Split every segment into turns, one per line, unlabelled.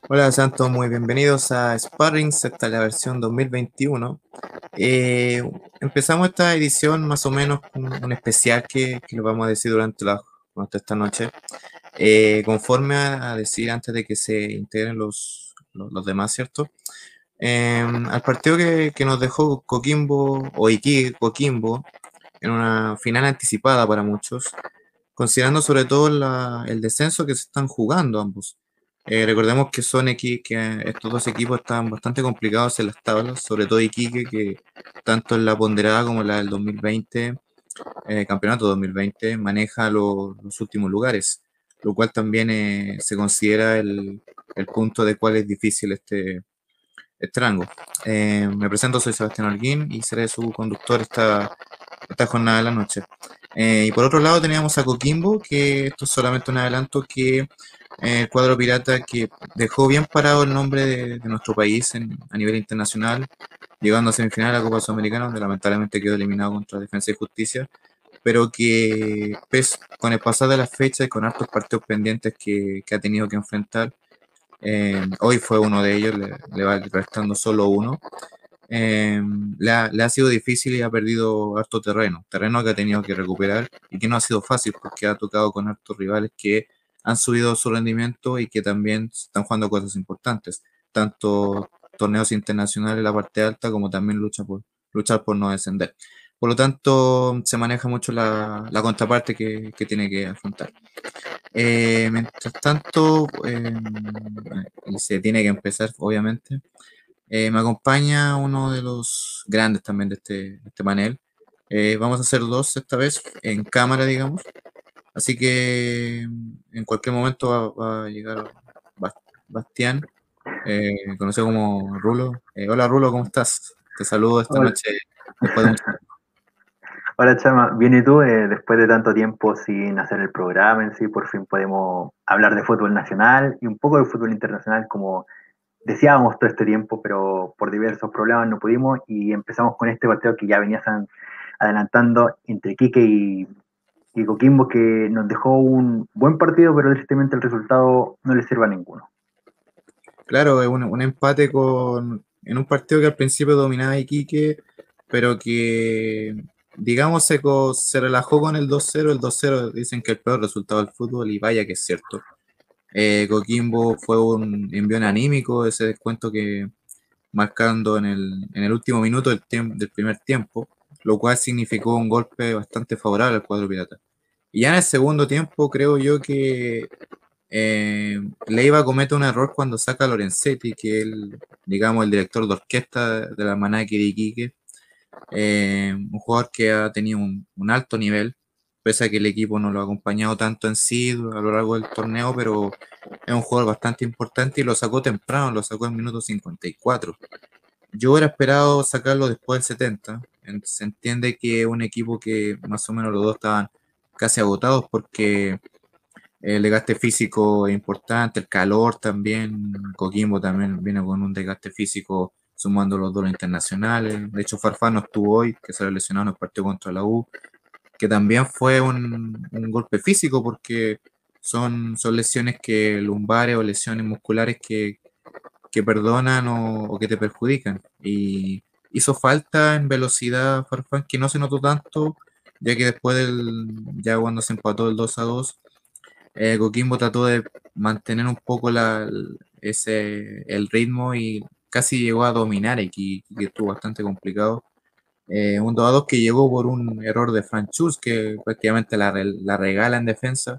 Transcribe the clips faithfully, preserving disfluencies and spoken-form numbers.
Hola Santos, muy bienvenidos a Sparrings, esta es la versión dos mil veintiuno. Eh, Empezamos esta edición más o menos con un especial que, que lo vamos a decir durante, la, durante esta noche. Eh, conforme a, a decir antes de que se integren los, los, los demás, ¿cierto? Eh, Al partido que, que nos dejó Coquimbo, o Iquique Coquimbo, en una final anticipada para muchos, considerando sobre todo la- el descenso que se están jugando ambos. Eh, recordemos que son equi- que estos dos equipos están bastante complicados en las tablas, sobre todo Iquique, que tanto en la ponderada como la del dos mil veinte, eh, campeonato dos mil veinte, maneja lo- los últimos lugares, lo cual también eh, se considera el, el punto de cuál es difícil este, este rango. Eh, me presento, soy Sebastián Holguín y seré su conductor esta, esta jornada de la noche. Eh, y por otro lado teníamos a Coquimbo, que esto es solamente un adelanto, que eh, el cuadro pirata que dejó bien parado el nombre de, de nuestro país en- a nivel internacional, llegando a semifinal de la Copa Sudamericana, donde lamentablemente quedó eliminado contra Defensa y Justicia, pero que pues, con el pasar de la fecha y con hartos partidos pendientes que, que ha tenido que enfrentar, eh, hoy fue uno de ellos, le, le va restando solo uno. Eh, le, ha, le ha sido difícil y ha perdido harto terreno, terreno que ha tenido que recuperar y que no ha sido fácil porque ha tocado con hartos rivales que han subido su rendimiento y que también están jugando cosas importantes, tanto torneos internacionales en la parte alta como también lucha por, luchar por no descender. Por lo tanto, se maneja mucho la, la contraparte que, que tiene que afrontar. Eh, mientras tanto, eh, y se tiene que empezar, obviamente. Eh, me acompaña uno de los grandes también de este, de este panel. Eh, vamos a hacer dos esta vez, en cámara, digamos. Así que mm, en cualquier momento va, va a llegar Bas- Bastián, eh, conocido como Rulo. Eh, hola Rulo, ¿cómo estás? Te saludo esta
Hola,
noche después de mucho tiempo.
hola Chama, bien y tú, eh, después de tanto tiempo sin hacer el programa en sí, por fin podemos hablar de fútbol nacional y un poco de fútbol internacional como deseábamos todo este tiempo, pero por diversos problemas no pudimos y empezamos con este partido que ya venías an- adelantando entre Quique y, y Coquimbo que nos dejó un buen partido, pero tristemente el resultado no le sirve a ninguno.
Claro, es un, un empate con, en un partido que al principio dominaba Iquique, pero que, digamos, se, co- se relajó con el dos cero. El dos cero dicen que es el peor resultado del fútbol y vaya que es cierto. Eh, Coquimbo fue un envión anímico, ese descuento que marcando en el, en el último minuto del, tiemp- del primer tiempo, lo cual significó un golpe bastante favorable al cuadro pirata. Y ya en el segundo tiempo creo yo que eh, Leiva comete un error cuando saca a Lorenzetti, que es el, digamos, el director de orquesta de la Manaki de Iquique, eh, un jugador que ha tenido un, un alto nivel, pese a que el equipo no lo ha acompañado tanto en sí a lo largo del torneo, pero es un jugador bastante importante y lo sacó temprano, lo sacó en minuto cincuenta y cuatro. Yo hubiera esperado sacarlo después del setenta. En- Se entiende que un equipo que más o menos los dos estaban casi agotados porque el desgaste físico es importante, el calor también. Coquimbo también viene con un desgaste físico sumando los duelos internacionales. De hecho, Farfán no estuvo hoy, que se lesionado en el partido contra la U, que también fue un, un golpe físico porque son, son lesiones que lumbares o lesiones musculares que, que perdonan o, o que te perjudican. Y hizo falta en velocidad Farfán, que no se notó tanto, ya que después del, ya cuando se empató el dos a dos, eh, Coquimbo trató de mantener un poco la, ese, el ritmo y casi llegó a dominar aquí, que estuvo bastante complicado. Eh, un dos a dos que llegó por un error de Franchus, que prácticamente la, re- la regala en defensa.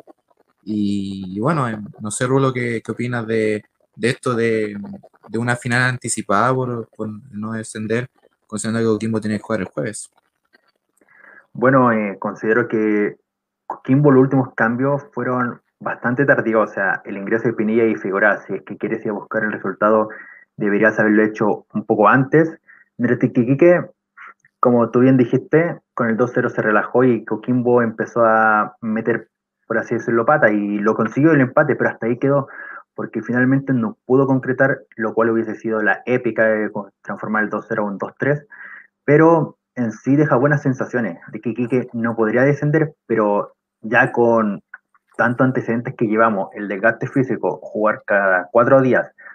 Y, bueno, eh, no sé, Rulo, ¿qué, qué opinas de, de esto de, de una final anticipada por, por no descender, considerando que Coquimbo tiene que jugar el jueves?
Bueno, eh, considero que Coquimbo los últimos cambios fueron bastante tardíos, o sea, el ingreso de Pinilla y Figueroa, si es que quieres ir a buscar el resultado, deberías haberlo hecho un poco antes. Mientras que Iquique, como tú bien dijiste, con el dos cero se relajó y Coquimbo empezó a meter, por así decirlo, pata y lo consiguió el empate, pero hasta ahí quedó, porque finalmente no pudo concretar, lo cual hubiese sido la épica de transformar el dos cero a un dos tres, pero en sí deja buenas sensaciones de que Iquique no podría descender, pero ya con tantos antecedentes que llevamos, el desgaste físico, jugar cada cuatro días,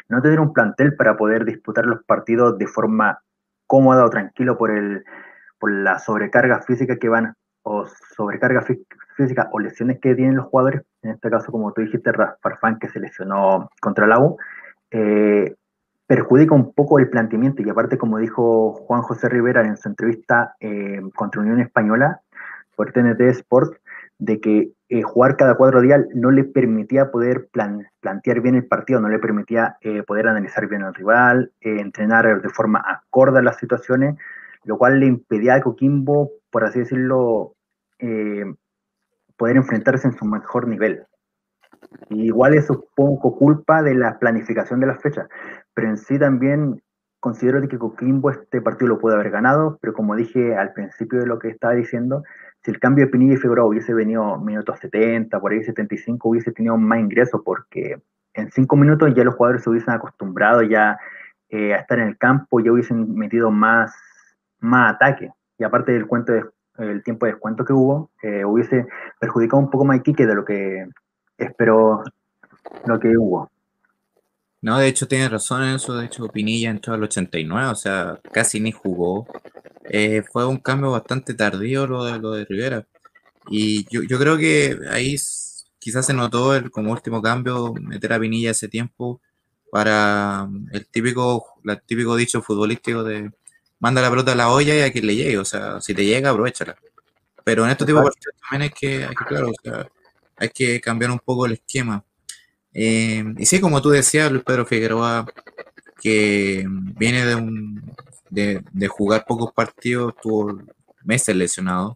no tener un plantel para poder disputar los partidos de forma cómoda o tranquilo por, el, por la sobrecarga física que van, o sobrecarga fí física o lesiones que tienen los jugadores, en este caso, como tú dijiste, Farfán, que se lesionó contra la U, eh, perjudica un poco el planteamiento, y aparte, como dijo Juan José Rivera en su entrevista eh, contra Unión Española por T N T Sport, de que eh, jugar cada cuatro días no le permitía poder plan, plantear bien el partido, no le permitía eh, poder analizar bien al rival, eh, entrenar de forma acorde a las situaciones, lo cual le impedía a Coquimbo, por así decirlo, eh, poder enfrentarse en su mejor nivel. Y igual es un poco culpa de la planificación de las fechas, pero en sí también considero que Coquimbo este partido lo puede haber ganado, pero como dije al principio de lo que estaba diciendo, si el cambio de Pinilla y Figueroa hubiese venido minutos setenta, por ahí setenta y cinco, hubiese tenido más ingresos, porque en cinco minutos ya los jugadores se hubiesen acostumbrado ya eh, a estar en el campo, ya hubiesen metido más, más ataque. Y aparte del cuento de, el tiempo de descuento que hubo, eh, hubiese perjudicado un poco más a Iquique de lo que esperó lo que hubo.
No, de hecho tiene razón en eso, de hecho Pinilla entró al ochenta y nueve, o sea, casi ni jugó. Eh, fue un cambio bastante tardío lo de, lo de Rivera. Y yo, yo creo que ahí s- quizás se notó el, como último cambio meter a Pinilla ese tiempo para mm, el típico, el típico dicho futbolístico de manda la pelota a la olla y a quien le llegue, o sea, si te llega, aprovechala. Pero en estos tipos de
Exacto.
partidos también hay que, hay que, claro, o sea, hay que cambiar un poco el esquema. Eh, y sí, como tú decías, Luis Pedro Figueroa, que viene de un de, de jugar pocos partidos, tuvo meses lesionado.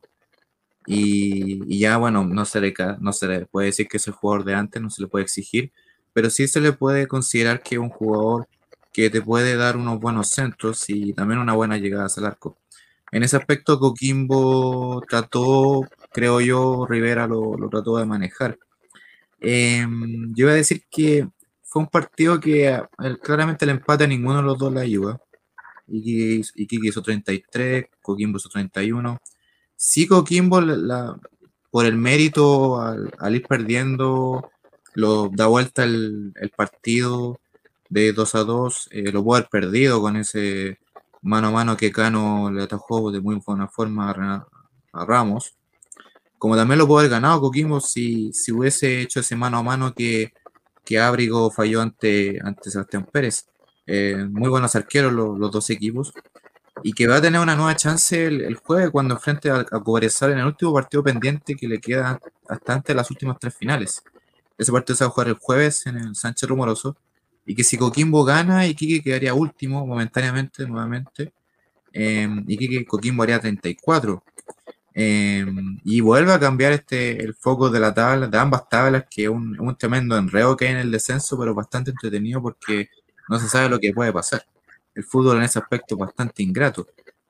Y, y ya, bueno, no se, le, ca- no se le puede decir que es el jugador de antes, no se le puede exigir, pero sí se le puede considerar que es un jugador que te puede dar unos buenos centros y también una buena llegada al arco. En ese aspecto, Coquimbo trató, creo yo, Rivera lo, lo trató de manejar. Eh, yo iba a decir que fue un partido que eh, claramente el empate a ninguno de los dos le ayuda. Iquique, Iquique hizo treinta y tres, Coquimbo hizo treinta y uno. Sí, Coquimbo, la, la- por el mérito al, al ir perdiendo, lo da vuelta el, el partido de dos a dos, eh, lo puede haber perdido con ese mano a mano que Cano le atajó de muy buena forma a, Rena- a Ramos. Como también lo puede haber ganado Coquimbo si, si hubiese hecho ese mano a mano que, que Ábrigo falló ante, ante Sebastián Pérez. Eh, muy buenos arqueros los, los dos equipos y que va a tener una nueva chance el, el jueves cuando enfrente a, a Cobresal en el último partido pendiente que le queda hasta antes de las últimas tres finales. Ese partido se va a jugar el jueves en el Sánchez Rumoroso y que si Coquimbo gana, Iquique quedaría último momentáneamente nuevamente. Eh, Iquique Coquimbo haría treinta y cuatro. Eh, y vuelve a cambiar este el foco de la tabla, de ambas tablas, que es un, un tremendo enredo que hay en el descenso, pero bastante entretenido porque no se sabe lo que puede pasar. El fútbol en ese aspecto es bastante ingrato.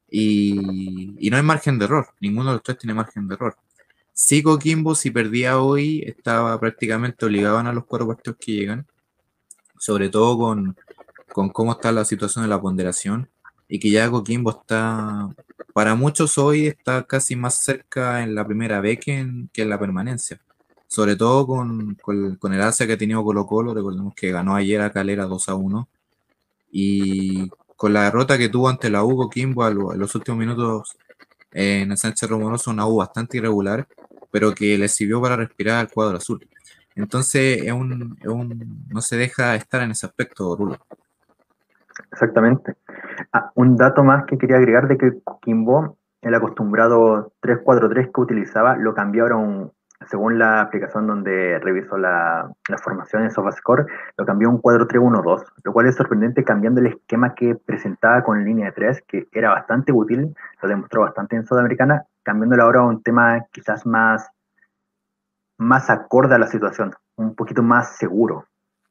Y, y no hay margen de error, ninguno de los tres tiene margen de error. Si Coquimbo, si perdía hoy, estaba prácticamente obligado a ganar los cuatro partidos que llegan, sobre todo con, con cómo está la situación de la ponderación y que ya Coquimbo está, para muchos hoy está casi más cerca en la primera B que en, que en la permanencia. Sobre todo con, con, con el alza que ha tenido Colo Colo, recordemos que ganó ayer a Calera dos a uno y con la derrota que tuvo ante la U Coquimbo a, lo- a los últimos minutos eh, en el Sánchez Romanoso, una U bastante irregular, pero que le sirvió para respirar al cuadro azul. Entonces, es un, es un- no se deja estar en ese aspecto, Rulo.
Exactamente. Ah, un dato más que quería agregar de que Coquimbo, el acostumbrado tres cuatro tres que utilizaba, lo cambiaron, según la aplicación donde revisó la, la formación en SofaScore, lo cambió a un cuatro tres uno dos, lo cual es sorprendente cambiando el esquema que presentaba con línea de tres, que era bastante útil, lo demostró bastante en Sudamericana, cambiándolo ahora a un tema quizás más, más acorde a la situación, un poquito más seguro.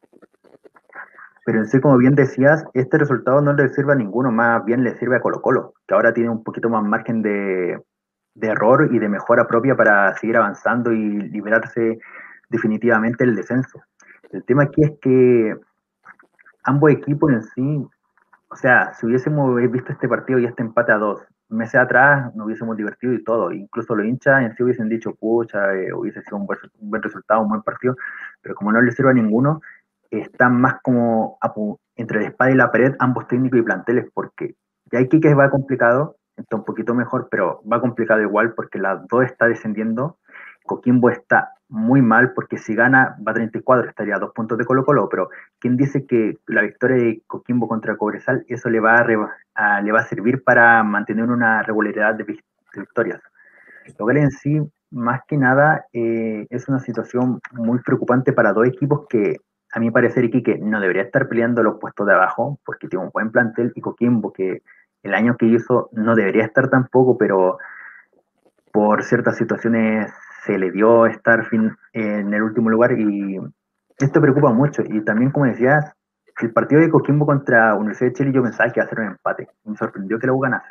Pero en sí, como bien decías, este resultado no le sirve a ninguno, más bien le sirve a Colo Colo, que ahora tiene un poquito más margen de, de error y de mejora propia para seguir avanzando y liberarse definitivamente del descenso. El tema aquí es que ambos equipos en sí, o sea, si hubiésemos visto este partido y este empate a dos meses atrás, nos hubiésemos divertido y todo, incluso los hinchas en sí hubiesen dicho, pucha, eh, hubiese sido un buen, un buen resultado, un buen partido, pero como no le sirve a ninguno, están más como entre la espada y la pared ambos técnicos y planteles, porque ya Iquique va complicado, está un poquito mejor, pero va complicado igual porque las dos está descendiendo. Coquimbo está muy mal porque si gana va a treinta y cuatro, estaría a dos puntos de Colo Colo, pero ¿quién dice que la victoria de Coquimbo contra Cobresal eso le va a, a, le va a servir para mantener una regularidad de, de victorias? Lo cual en sí, más que nada, eh, es una situación muy preocupante para dos equipos que, a mi parecer, Iquique no debería estar peleando los puestos de abajo, porque tiene un buen plantel, y Coquimbo, que el año que hizo no debería estar tampoco, pero por ciertas situaciones se le dio estar fin, en el último lugar, y esto preocupa mucho. Y también, como decías, el partido de Coquimbo contra Universidad de Chile, yo pensaba que iba a ser un empate, y me sorprendió que lo ganase.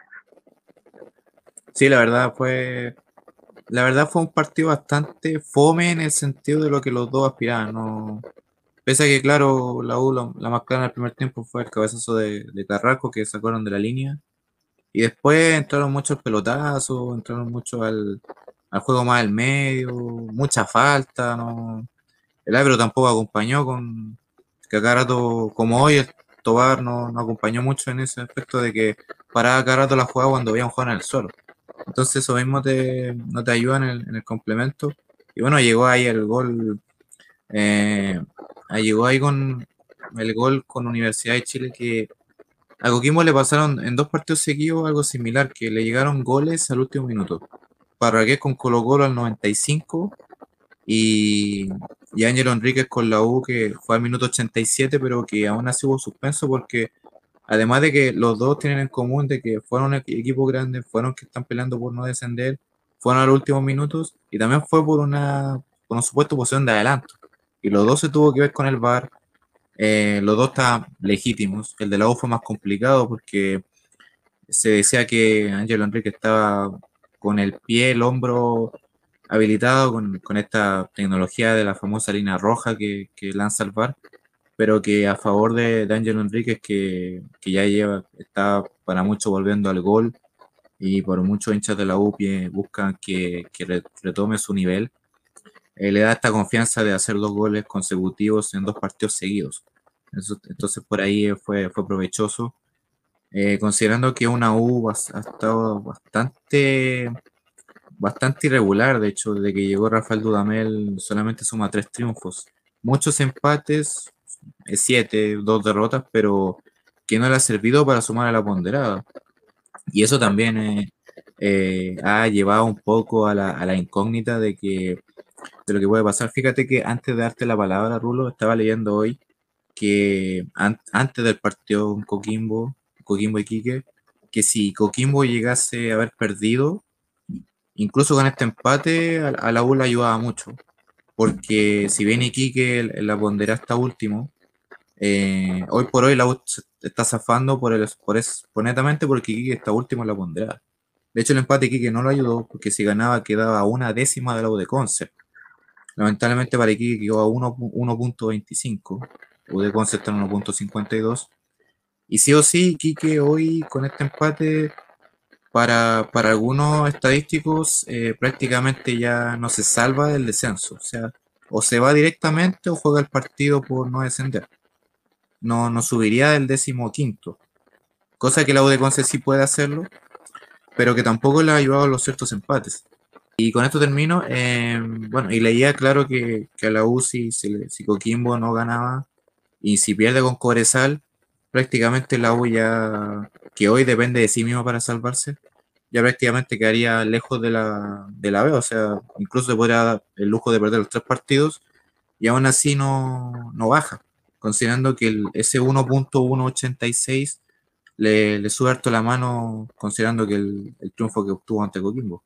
Sí, la verdad fue, la verdad fue un partido bastante fome en el sentido de lo que los dos aspiraban, ¿no? Pese a que, claro, la U, la, la más clara en el primer tiempo fue el cabezazo de, de Carrasco que sacaron de la línea. Y después entraron muchos pelotazos, entraron mucho al, al juego más del medio, mucha falta, ¿no? El árbitro tampoco acompañó con que a cada rato, como hoy, el Tobar no, no acompañó mucho en ese aspecto de que paraba cada rato la jugada cuando había un jugador en el suelo. Entonces eso mismo te, no te ayuda en el, en el complemento. Y bueno, llegó ahí el gol, eh, ahí llegó ahí con el gol con Universidad de Chile que a Coquimbo le pasaron en dos partidos seguidos algo similar, que le llegaron goles al último minuto. Parragués con Colo Colo al noventa y cinco y, y Ángelo Enríquez con la U que fue al minuto ochenta y siete, pero que aún así hubo suspenso porque además de que los dos tienen en común de que fueron equ- equipos grandes, fueron que están peleando por no descender, fueron a los últimos minutos y también fue por una, por un supuesto posición de adelanto. Y los dos se tuvo que ver con el V A R, eh, los dos estaban legítimos. El de la U fue más complicado porque se decía que Ángelo Enrique estaba con el pie, el hombro habilitado con, con esta tecnología de la famosa línea roja que, que lanza el V A R, pero que a favor de, de Ángelo Enríquez, que, que ya lleva, está para mucho volviendo al gol y por muchos hinchas de la U P I buscan que, que re- retome su nivel, eh, le da esta confianza de hacer dos goles consecutivos en dos partidos seguidos. Eso- entonces por ahí fue, fue provechoso, eh, considerando que una U ha, ha estado bastante, bastante irregular, de hecho, desde que llegó Rafael Dudamel solamente suma tres triunfos, muchos empates, eh, siete, dos derrotas, pero que no le ha servido para sumar a la ponderada. Y eso también eh, eh, ha llevado un poco a la, a la incógnita de que de lo que puede pasar. Fíjate que antes de darte la palabra, Rulo, estaba leyendo hoy que an- antes del partido con Coquimbo, Coquimbo y Quique, que si Coquimbo llegase a haber perdido, incluso con este empate, a, a la U le ayudaba mucho. Porque si bien Iquique en la pondera está último, eh, hoy por hoy la U se está zafando por el, por es, por netamente porque Iquique está último en la ponderada. De hecho, el empate Iquique no lo ayudó porque si ganaba quedaba a una décima de la U de Conce. Lamentablemente para Iquique quedó a uno punto veinticinco, U de Conce está en uno punto cincuenta y dos. Y sí o sí, Iquique hoy con este empate, para, para algunos estadísticos, eh, prácticamente ya no se salva del descenso. O sea, o se va directamente o juega el partido por no descender. No, no subiría del décimo quinto. Cosa que la U de Conce sí puede hacerlo, pero que tampoco le ha ayudado a los ciertos empates. Y con esto termino. Eh, bueno, y leía claro que, que a la U si, si, si Coquimbo no ganaba y si pierde con Cobresal, prácticamente la U ya, que hoy depende de sí mismo para salvarse, ya prácticamente quedaría lejos de la, de la B. O sea, incluso se podría dar el lujo de perder los tres partidos y aún así no, no baja, considerando que el, ese uno punto ciento ochenta y seis le, le sube harto la mano, considerando que el, el triunfo que obtuvo ante Coquimbo.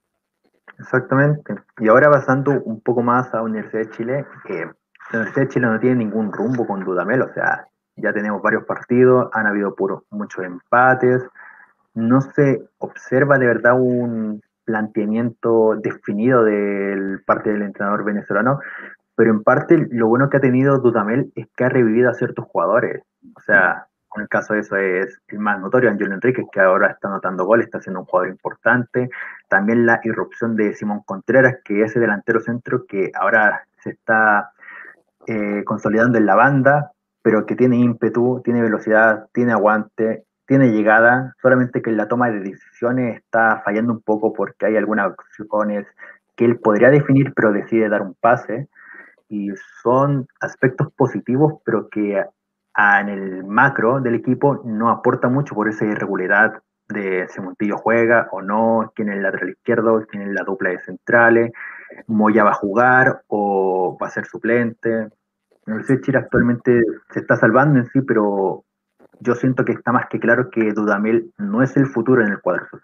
Exactamente. Y ahora pasando un poco más a Universidad de Chile, eh, la Universidad de Chile no tiene ningún rumbo con Dudamel, o sea, ya tenemos varios partidos, han habido puros, muchos empates, no se observa de verdad un planteamiento definido del parte del entrenador venezolano, pero en parte lo bueno que ha tenido Dudamel es que ha revivido a ciertos jugadores. O sea, en el caso de eso es el más notorio, Angelo Enríquez, que ahora está anotando goles, está siendo un jugador importante. También la irrupción de Simón Contreras, que es ese delantero centro que ahora se está eh, consolidando en la banda. pero que tiene ímpetu, tiene velocidad, tiene aguante, tiene llegada, solamente que en la toma de decisiones está fallando un poco porque hay algunas acciones que él podría definir, pero decide dar un pase, y son aspectos positivos, pero que a, en el macro del equipo no aporta mucho por esa irregularidad de si Montillo juega o no, quién es el lateral izquierdo, quién es la dupla de centrales, Moya va a jugar o va a ser suplente. La Universidad de Chile actualmente se está salvando en sí, pero yo siento que está más que claro que Dudamel no es el futuro en el cuadro sur.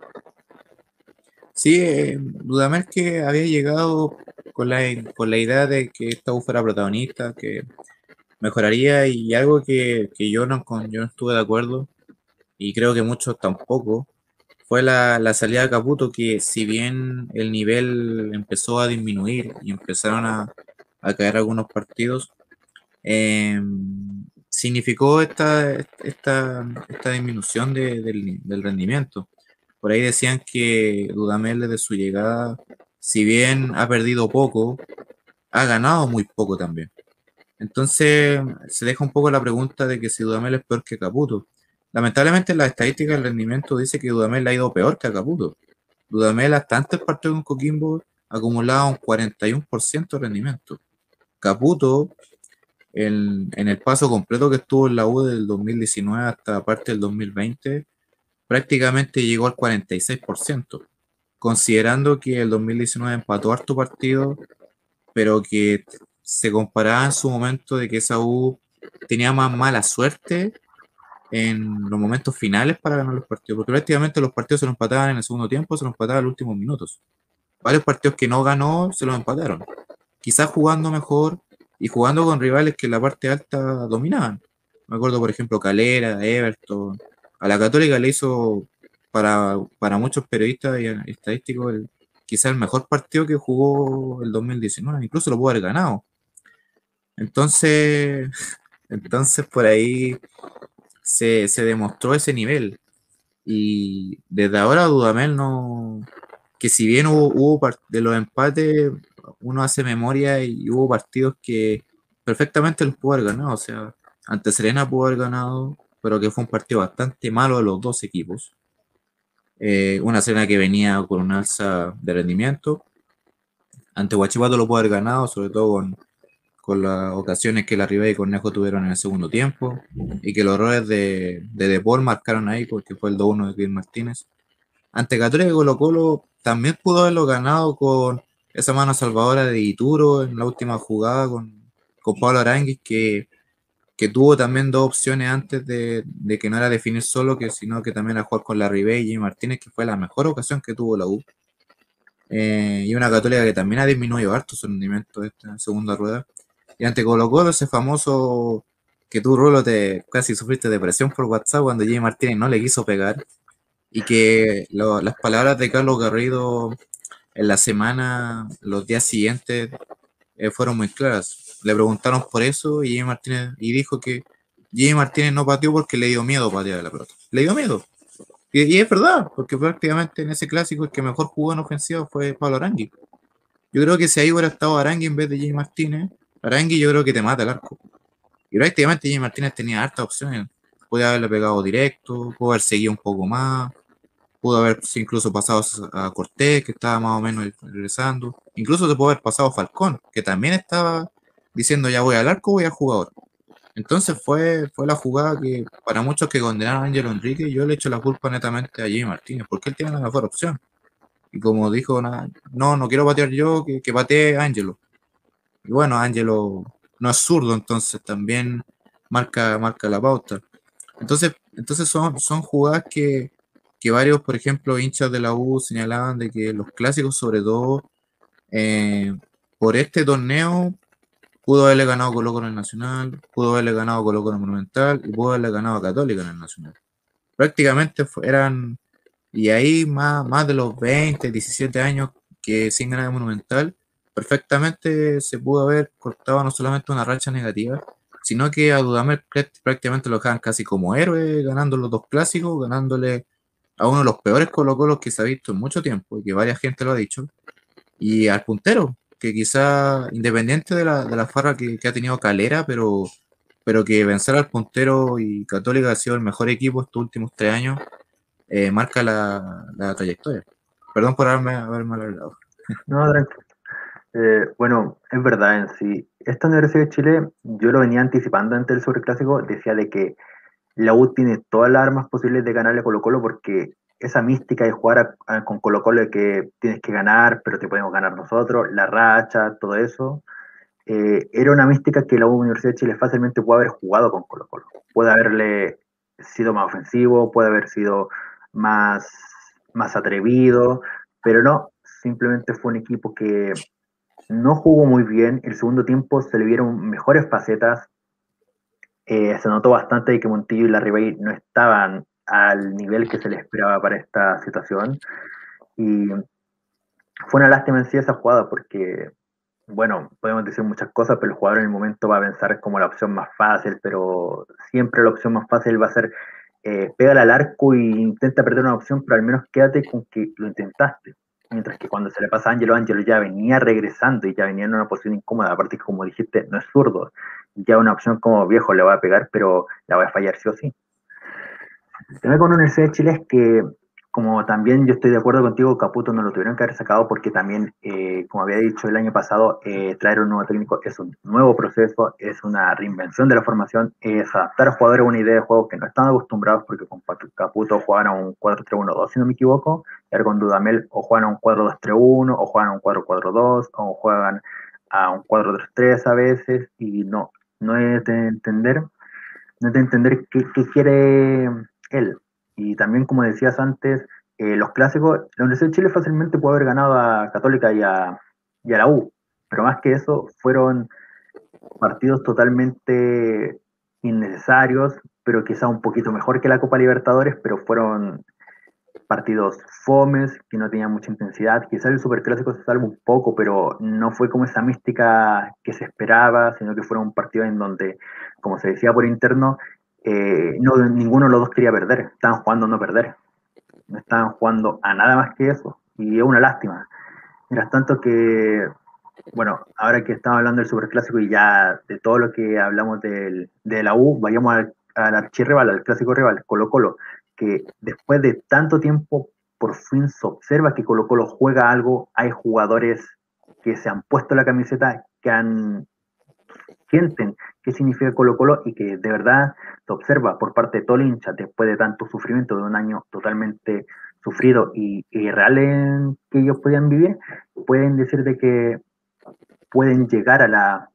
Sí, eh, Dudamel que había llegado con la, con la idea de que esta U fuera protagonista, que mejoraría y algo que, que yo, no, con, yo no estuve de acuerdo y creo que muchos tampoco, fue la, la salida de Caputo que si bien el nivel empezó a disminuir y empezaron a, a caer algunos partidos, eh, significó esta, esta, esta disminución de- del, del rendimiento. Por ahí decían que Dudamel desde su llegada, si bien ha perdido poco, ha ganado muy poco también. Entonces se deja un poco la pregunta de que si Dudamel es peor que Caputo. Lamentablemente la estadística del rendimiento dice que Dudamel le ha ido peor que a Caputo. Dudamel hasta antes del partido con Coquimbo acumulaba un cuarenta y uno por ciento de rendimiento. Caputo, en, en el paso completo que estuvo en la U del dos mil diecinueve hasta parte del dos mil veinte, prácticamente llegó al cuarenta y seis por ciento, considerando que el dos mil diecinueve empató harto partido, pero que se comparaba en su momento de que esa U tenía más mala suerte en los momentos finales para ganar los partidos, porque prácticamente los partidos se los empataban en el segundo tiempo, se los empataban en los últimos minutos. Varios partidos que no ganó se los empataron, quizás jugando mejor y jugando con rivales que en la parte alta dominaban. Me acuerdo, por ejemplo, Calera, Everton. A la Católica le hizo, para, para muchos periodistas y estadísticos, el, quizá el mejor partido que jugó el dos mil diecinueve, incluso lo pudo haber ganado. Entonces, entonces por ahí se, se demostró ese nivel. Y desde ahora Dudamel no, que si bien hubo, hubo de los empates, uno hace memoria y hubo partidos que perfectamente los pudo haber ganado. O sea, ante Serena pudo haber ganado, pero que fue un partido bastante malo de los dos equipos. Eh, una Serena que venía con un alza de rendimiento. Ante Huachipato lo pudo haber ganado, sobre todo con, con las ocasiones que la Ribey y Cornejo tuvieron en el segundo tiempo y que los errores de, de Depol marcaron ahí porque fue el dos uno de Chris Martínez. Ante Católica y Colo Colo también pudo haberlo ganado con esa mano salvadora de Ituro en la última jugada con, con Pablo Aranguis, que, que tuvo también dos opciones antes de, de que no era definir solo, que sino que también era jugar con la Ribey y Martínez, que fue la mejor ocasión que tuvo la U. Eh, y una Católica que también ha disminuido harto su rendimiento esta segunda rueda. Y ante Colo Colo, ese famoso que tú, Rulo, te casi sufriste depresión por WhatsApp cuando Jimmy Martínez no le quiso pegar y que lo, las palabras de Carlos Garrido en la semana, los días siguientes, eh, fueron muy claras. Le preguntaron por eso y Jimmy Martínez y dijo que Jimmy Martínez no pateó porque le dio miedo patear la pelota. Le dio miedo. Y, y es verdad, porque prácticamente en ese clásico el que mejor jugó en ofensiva fue Pablo Arangui. Yo creo que si ahí hubiera estado Arangui en vez de Jimmy Martínez, Arangui yo creo que te mata el arco. Y prácticamente Jimmy Martínez tenía hartas opciones. Podía haberle pegado directo, pudo haber seguido un poco más, pudo haber incluso pasado a Cortés, que estaba más o menos regresando. Incluso se pudo haber pasado a Falcón, que también estaba diciendo ya voy al arco, voy al jugador. Entonces fue, fue la jugada que para muchos que condenaron a Ángelo Enrique, yo le echo la culpa netamente a Jimmy Martínez, porque él tiene la mejor opción. Y como dijo, no, no quiero patear yo, que, que patee Ángelo. Y bueno, Ángelo no es zurdo, entonces también marca, marca la pauta. Entonces, entonces son, son jugadas que, que varios, por ejemplo, hinchas de la U señalaban de que los clásicos, sobre todo, eh, por este torneo, pudo haberle ganado Colo Colo en el Nacional, pudo haberle ganado Colo Colo en el Monumental y pudo haberle ganado a Católica en el Nacional. Prácticamente eran, y ahí más, más de los veinte, diecisiete años que sin ganar el Monumental, perfectamente se pudo haber cortado no solamente una racha negativa, sino que a Dudamel prácticamente lo dejaban casi como héroe, ganando los dos clásicos, ganándole a uno de los peores Colo Colos que se ha visto en mucho tiempo, y que varias gente lo ha dicho, y al puntero, que quizá, independiente de la, de la farra que, que ha tenido Calera, pero pero que vencer al puntero y Católica ha sido el mejor equipo estos últimos tres años, eh, marca la, la trayectoria. Perdón por haberme, haberme alargado.
No, tranquilo. Eh, bueno, es verdad en sí. Esta Universidad de Chile, yo lo venía anticipando antes del Superclásico, decía de que la U tiene todas las armas posibles de ganarle a Colo Colo porque esa mística de jugar a- a- con Colo Colo de que tienes que ganar, pero te podemos ganar nosotros, la racha, todo eso, eh, era una mística que la Universidad de Chile fácilmente puede haber jugado con Colo Colo. Puede haberle sido más ofensivo, puede haber sido más, más atrevido, pero no, simplemente fue un equipo que no jugó muy bien. El segundo tiempo se le vieron mejores facetas. Eh, se notó bastante que Montillo y Larribey no estaban al nivel que se les esperaba para esta situación. Y fue una lástima en sí esa jugada porque, bueno, podemos decir muchas cosas, pero el jugador en el momento va a pensar como la opción más fácil, pero siempre la opción más fácil va a ser eh, pégale al arco e intenta perder una opción, pero al menos quédate con que lo intentaste. Mientras que cuando se le pasa a Ángelo, Ángelo ya venía regresando y ya venía en una posición incómoda, aparte que como dijiste, no es zurdo, ya una opción como viejo le va a pegar, pero la va a fallar sí o sí. El tema con la Universidad de Chile es que, como también yo estoy de acuerdo contigo, Caputo no lo tuvieron que haber sacado porque también, eh, como había dicho el año pasado, eh, traer un nuevo técnico es un nuevo proceso, es una reinvención de la formación, es adaptar a jugadores a una idea de juego que no están acostumbrados porque con Caputo juegan a un cuatro tres uno dos, si no me equivoco, y ahora con Dudamel o juegan a un cuatro dos tres uno, o juegan a un cuatro cuatro dos, o juegan a un cuatro tres tres a veces, y no, no es de entender no de entender qué, qué quiere él. Y también, como decías antes, eh, los clásicos, la Universidad de Chile fácilmente puede haber ganado a Católica y a, y a la U, pero más que eso, fueron partidos totalmente innecesarios, pero quizá un poquito mejor que la Copa Libertadores, pero fueron partidos fomes, que no tenían mucha intensidad. Quizás el Superclásico se salva un poco, pero no fue como esa mística que se esperaba, sino que fueron un partido en donde, como se decía por interno, eh, no, ninguno de los dos quería perder, estaban jugando a no perder, no estaban jugando a nada más que eso, y es una lástima. Mientras tanto que, bueno, ahora que estamos hablando del Superclásico y ya de todo lo que hablamos del, de la U, vayamos al, al archirrival, al clásico rival, Colo Colo, que después de tanto tiempo por fin se observa que Colo Colo juega algo, hay jugadores que se han puesto la camiseta, que han, sienten qué significa Colo Colo y que de verdad se observa por parte de todo el hincha después de tanto sufrimiento de un año totalmente sufrido y, y real en que ellos podían vivir, pueden decir de que pueden llegar a la,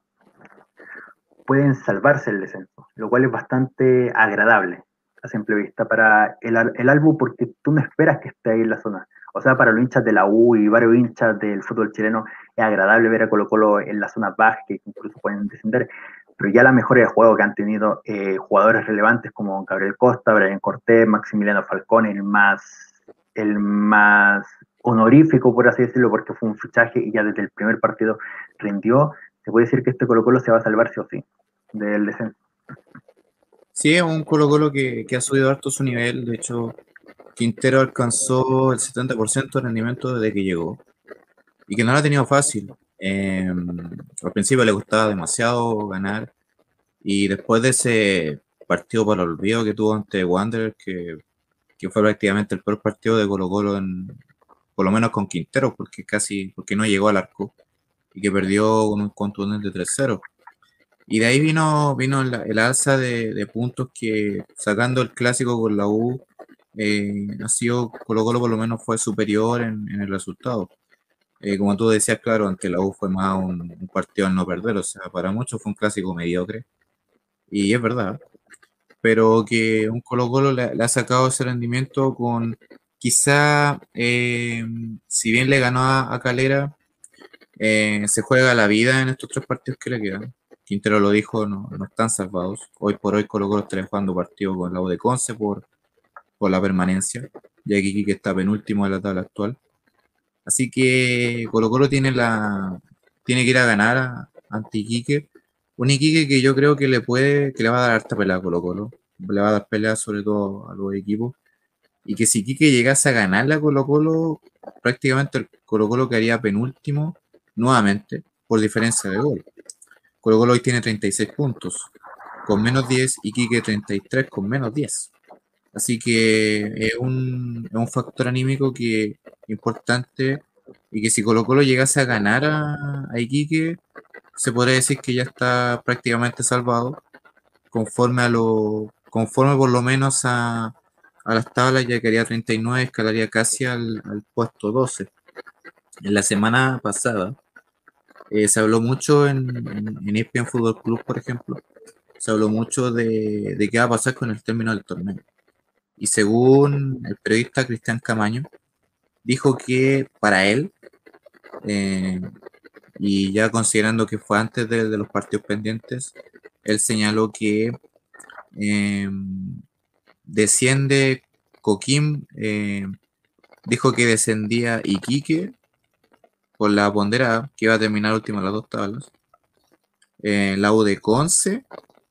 pueden salvarse el descenso, lo cual es bastante agradable a simple vista para el, el álbum porque tú no esperas que esté ahí en la zona. O sea, para los hinchas de la U y varios hinchas del fútbol chileno es agradable ver a Colo Colo en las zonas bajas que incluso pueden descender, pero ya la mejora de juego que han tenido eh, jugadores relevantes como Gabriel Costa, Brian Cortés, Maximiliano Falcón, el más, el más honorífico, por así decirlo, porque fue un fichaje y ya desde el primer partido rindió, se puede decir que este Colo Colo se va a salvar sí o sí del descenso.
Sí, es un Colo Colo que, que ha subido harto su nivel. De hecho, Quintero alcanzó el setenta por ciento de rendimiento desde que llegó y que no lo ha tenido fácil. Eh, al principio le costaba demasiado ganar y después de ese partido para el olvido que tuvo ante Wanderers, que, que fue prácticamente el peor partido de Colo Colo, en, por lo menos con Quintero, porque casi porque no llegó al arco y que perdió con un contundente tres cero. Y de ahí vino, vino el, el alza de, de puntos que, sacando el clásico con la U, eh, ha sido, Colo Colo por lo menos fue superior en, en el resultado. Eh, como tú decías, claro, ante la U fue más un, un partido al no perder, o sea, para muchos fue un clásico mediocre, y es verdad, pero que un Colo Colo le, le ha sacado ese rendimiento con quizá, eh, si bien le ganó a, a Calera, eh, se juega la vida en estos tres partidos que le quedan. Quintero lo dijo, no, no están salvados. Hoy por hoy Colo Colo está jugando partido con la U de Conce por, por la permanencia, ya que Iquique está penúltimo de la tabla actual. Así que Colo Colo tiene, la, tiene que ir a ganar a, ante Iquique. Un Iquique que yo creo que le puede, que le va a dar harta pelea a Colo Colo. Le va a dar pelea sobre todo a los equipos. Y que si Iquique llegase a ganarle a Colo Colo, prácticamente el Colo Colo quedaría penúltimo nuevamente por diferencia de gol. Colo Colo hoy tiene treinta y seis puntos. con menos diez, Iquique treinta y tres con menos diez. Así que es un, es un factor anímico que importante y que si Colo Colo llegase a ganar a, a Iquique, se podría decir que ya está prácticamente salvado, conforme a lo, conforme por lo menos a, a las tablas, ya que haría treinta y nueve, escalaría casi al, al puesto doce. En la semana pasada eh, se habló mucho en, en, en E S P N Fútbol Club, por ejemplo, se habló mucho de, de qué va a pasar con el término del torneo. Y según el periodista Cristian Camaño, dijo que para él, eh, y ya considerando que fue antes de, de los partidos pendientes, él señaló que eh, desciende Coquim, eh, dijo que descendía Iquique por la ponderada, que iba a terminar última las dos tablas, eh, la U de Conce,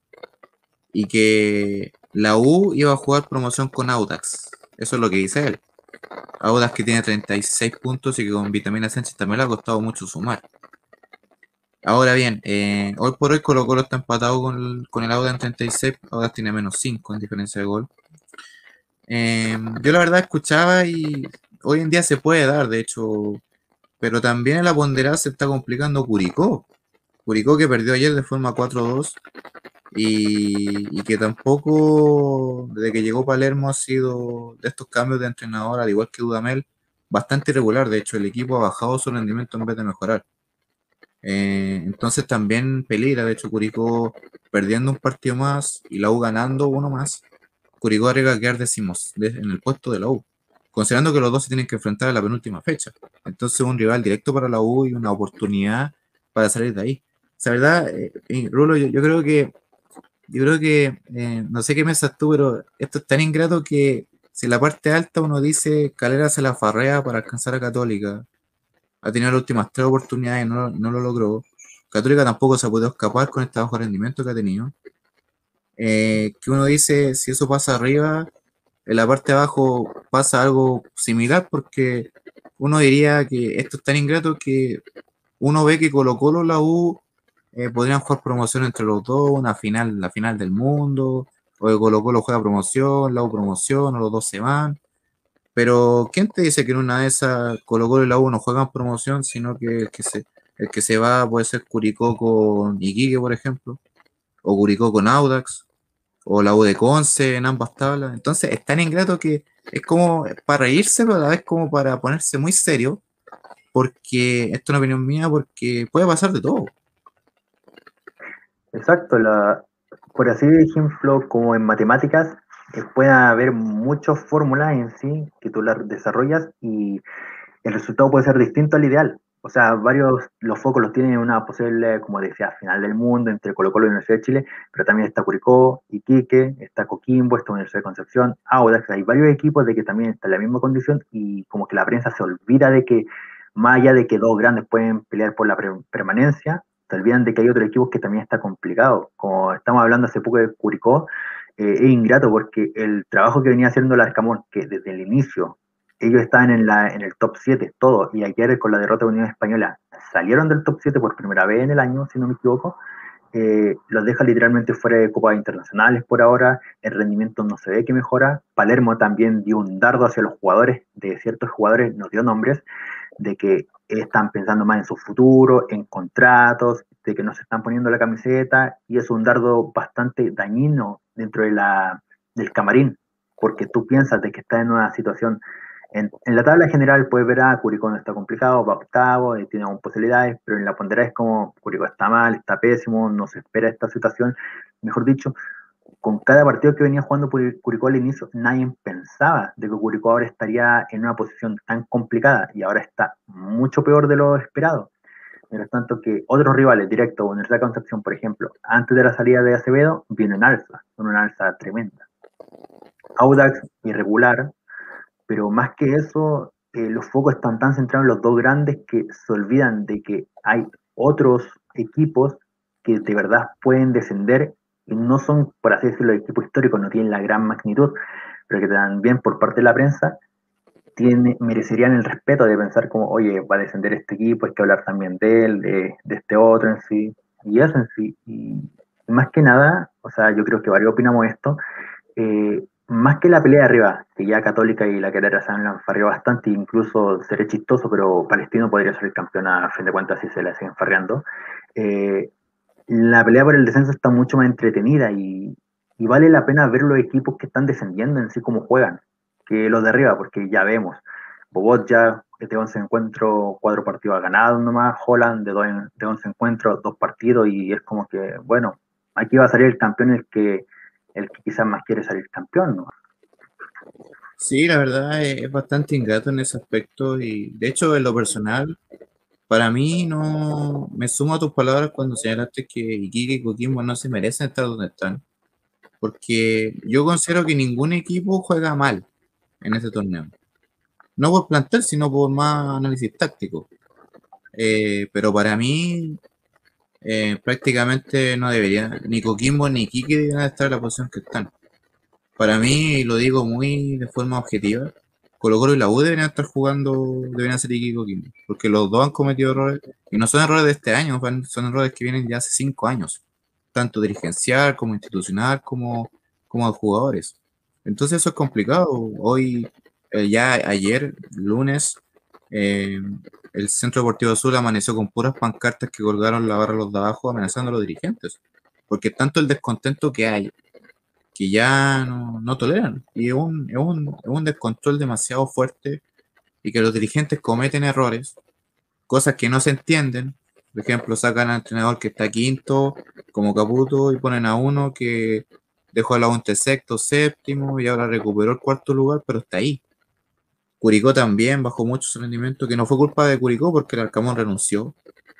y que la U iba a jugar promoción con Audax. Eso es lo que dice él. Audax que tiene treinta y seis puntos y que con Vitamina Sánchez también le ha costado mucho sumar. Ahora bien, eh, hoy por hoy Colo Colo está empatado con el, con el Audax en treinta y seis, Audax tiene menos cinco en diferencia de gol. Eh, yo la verdad escuchaba y hoy en día se puede dar, de hecho, pero también en la ponderada se está complicando Curicó. Curicó que perdió ayer de forma cuatro dos y, y que tampoco, desde que llegó Palermo, ha sido de estos cambios de entrenador, al igual que Dudamel, bastante irregular. De hecho, el equipo ha bajado su rendimiento en vez de mejorar. Eh, entonces también peligra, de hecho, Curicó perdiendo un partido más y la U ganando uno más. Curicó arriesga a quedar decimos de, en el puesto de la U, considerando que los dos se tienen que enfrentar a la penúltima fecha. Entonces un rival directo para la U y una oportunidad para salir de ahí. O sea, verdad, eh, eh, Rulo, yo, yo creo que yo creo que, eh, no sé qué piensas tú, pero esto es tan ingrato que si en la parte alta uno dice Calera se la farrea para alcanzar a Católica, ha tenido las últimas tres oportunidades y no, no lo logró. Católica tampoco se ha podido escapar con este bajo rendimiento que ha tenido. Eh, que uno dice, si eso pasa arriba, en la parte de abajo pasa algo similar, porque uno diría que esto es tan ingrato que uno ve que Colo Colo, la U, eh, podrían jugar promoción entre los dos, una final, la final del mundo, o que Colo Colo juega promoción, la U promoción, o los dos se van. Pero ¿quién te dice que en una de esas Colo Colo y la U no juegan promoción, sino que el que se, el que se va puede ser Curicó con Iquique, por ejemplo, o Curicó con Audax, o la U de Conce en ambas tablas? Entonces es tan ingrato que es como para reírse, pero a la vez como para ponerse muy serio, porque esto es una opinión mía, porque puede pasar de todo.
Exacto, la, por así de ejemplo, como en matemáticas, eh, puede haber muchas fórmulas en sí que tú las desarrollas y el resultado puede ser distinto al ideal. O sea, varios, los focos los tienen una posible, como decía, final del mundo entre Colo Colo y Universidad de Chile, pero también está Curicó, Iquique, está Coquimbo, está Universidad de Concepción, Audax, hay varios equipos de que también está en la misma condición y como que la prensa se olvida de que, más allá de que dos grandes pueden pelear por la pre permanencia, se olvidan de que hay otros equipos que también está complicado. Como estamos hablando hace poco de Curicó, eh, es ingrato porque el trabajo que venía haciendo el Arcamón, que desde el inicio ellos estaban en, la, en el top siete, todos, y ayer con la derrota de Unión Española salieron del top siete por primera vez en el año, si no me equivoco, eh, los deja literalmente fuera de copas internacionales por ahora, el rendimiento no se ve que mejora, Palermo también dio un dardo hacia los jugadores, de ciertos jugadores nos dio nombres, de que están pensando más en su futuro, en contratos, de que no se están poniendo la camiseta, y es un dardo bastante dañino dentro de la, del camarín, porque tú piensas de que está en una situación en, en, la tabla general puedes ver a ah, Curicó no está complicado, va octavo, eh, tiene aún posibilidades, pero en la ponderada es como Curicó está mal, está pésimo, no se espera esta situación. Mejor dicho, con cada partido que venía jugando Curicó al inicio, nadie pensaba de que Curicó ahora estaría en una posición tan complicada y ahora está mucho peor de lo esperado. Mientras tanto que otros rivales directos, Universidad de Concepción, por ejemplo, antes de la salida de Acevedo, vienen en alza, son una alza tremenda. Audax, irregular, pero más que eso, eh, los focos están tan centrados en los dos grandes que se olvidan de que hay otros equipos que de verdad pueden descender y no son, por así decirlo, equipos históricos, no tienen la gran magnitud, pero que también por parte de la prensa tiene, merecerían el respeto de pensar como, oye, va a descender este equipo, hay que hablar también de él, de, de este otro en sí, y eso en sí. Y más que nada, o sea, yo creo que varios opinamos esto, eh, más que la pelea de arriba, que ya Católica y la Querétaro se han enfarreado bastante, incluso seré chistoso, pero Palestino podría ser campeón a fin de cuentas si se la siguen farreando. Eh, la pelea por el descenso está mucho más entretenida y, y vale la pena ver los equipos que están descendiendo en sí cómo juegan, que los de arriba, porque ya vemos, Bobot ya de once encuentros, cuatro partidos ganados nomás, Holland de, dos, de once encuentros, dos partidos, y es como que, bueno, aquí va a salir el campeón el que, el que quizás más quiere salir campeón, ¿no?
Sí, la verdad es, es bastante ingrato en ese aspecto y de hecho en lo personal, para mí no me sumo a tus palabras cuando señalaste que Iquique y Coquimbo no se merecen estar donde están, porque yo considero que ningún equipo juega mal en este torneo. No por plantel, sino por más análisis táctico. Eh, pero para mí, eh, prácticamente no debería, ni Coquimbo ni Iquique deberían estar en la posición que están. Para mí, y lo digo muy de forma objetiva, Colo Colo y la U deberían estar jugando, deberían ser Iquique y Coquimbo, porque los dos han cometido errores, y no son errores de este año, van- son errores que vienen ya hace cinco años, tanto dirigencial como institucional, como, como de jugadores. Entonces eso es complicado. Hoy, eh, ya ayer, lunes, eh, el Centro Deportivo Azul amaneció con puras pancartas que colgaron la barra a los de abajo amenazando a los dirigentes, porque tanto el descontento que hay que ya no, no toleran. Y es un, es, un, es un descontrol demasiado fuerte y que los dirigentes cometen errores, cosas que no se entienden. Por ejemplo, sacan al entrenador que está quinto, como Caputo, y ponen a uno que dejó a la once sexto, séptimo, y ahora recuperó el cuarto lugar, pero está ahí. Curicó también bajó mucho su rendimiento, que no fue culpa de Curicó porque el Arcamón renunció.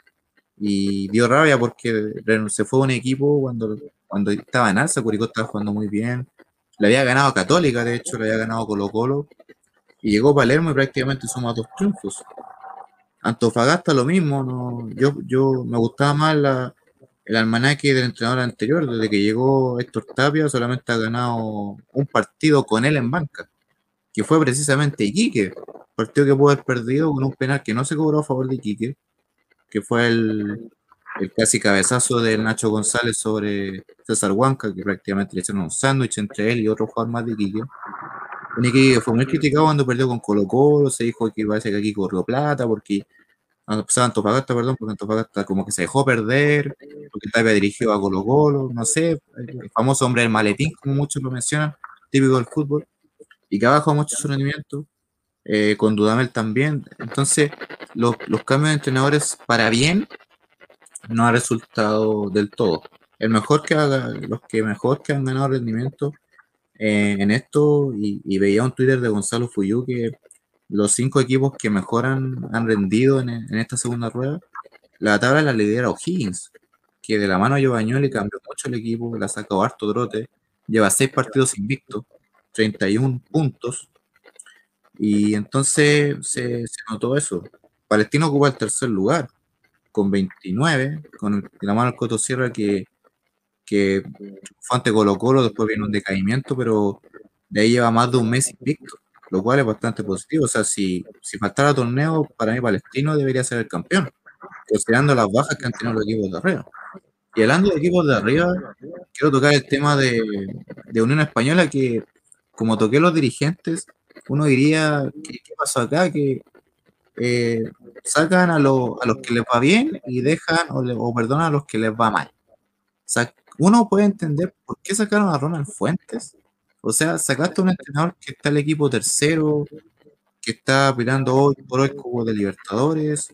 Y dio rabia porque se fue un equipo cuando, cuando estaba en alza, Curicó estaba jugando muy bien. Le había ganado a Católica, de hecho, le había ganado Colo Colo. Y llegó Palermo y prácticamente sumó dos triunfos. Antofagasta lo mismo, ¿no? Yo, yo me gustaba más la, el almanaque del entrenador anterior, desde que llegó Héctor Tapia solamente ha ganado un partido con él en banca, que fue precisamente Iquique, partido que pudo haber perdido con un penal que no se cobró a favor de Iquique, que fue el, el casi cabezazo de Nacho González sobre César Huanca, que prácticamente le hicieron un sándwich entre él y otro jugador más de Iquique. Un Iquique fue muy criticado cuando perdió con Colo Colo, se dijo que parece que aquí corrió plata, porque o sea, Antofagasta, perdón, porque Antofagasta como que se dejó perder, porque Tapia dirigió a Colo Colo, no sé, el famoso hombre del maletín, como muchos lo mencionan, típico del fútbol, y que ha bajado mucho su rendimiento, eh, con Dudamel también. Entonces, los, los cambios de entrenadores para bien no ha resultado del todo. El mejor que haga, los que mejor que han ganado rendimiento, eh, en esto, y, y veía un Twitter de Gonzalo Fuyú que los cinco equipos que mejor han, han rendido en, en esta segunda rueda, la tabla la lidera O'Higgins, que de la mano de Giovagnoli cambió mucho el equipo, la ha sacado harto trote, lleva seis partidos invictos, treinta y uno puntos, y entonces se, se notó eso. Palestino ocupa el tercer lugar, con veintinueve, con el- de la mano del Coto Sierra que, que fue ante Colo Colo, después viene un decaimiento, pero de ahí lleva más de un mes invicto, lo cual es bastante positivo. O sea, si, si faltara torneo, para mí Palestino debería ser el campeón, considerando las bajas que han tenido los equipos de arriba. Y hablando de equipos de arriba, quiero tocar el tema de, de Unión Española, que como toqué los dirigentes, uno diría, ¿qué, qué pasó acá? Que eh, sacan a, lo- a los que les va bien y dejan o, le- o perdonan a los que les va mal. O sea, uno puede entender por qué sacaron a Ronald Fuentes. O sea, sacaste a un entrenador que está el equipo tercero, que está peleando hoy por hoy como de Libertadores,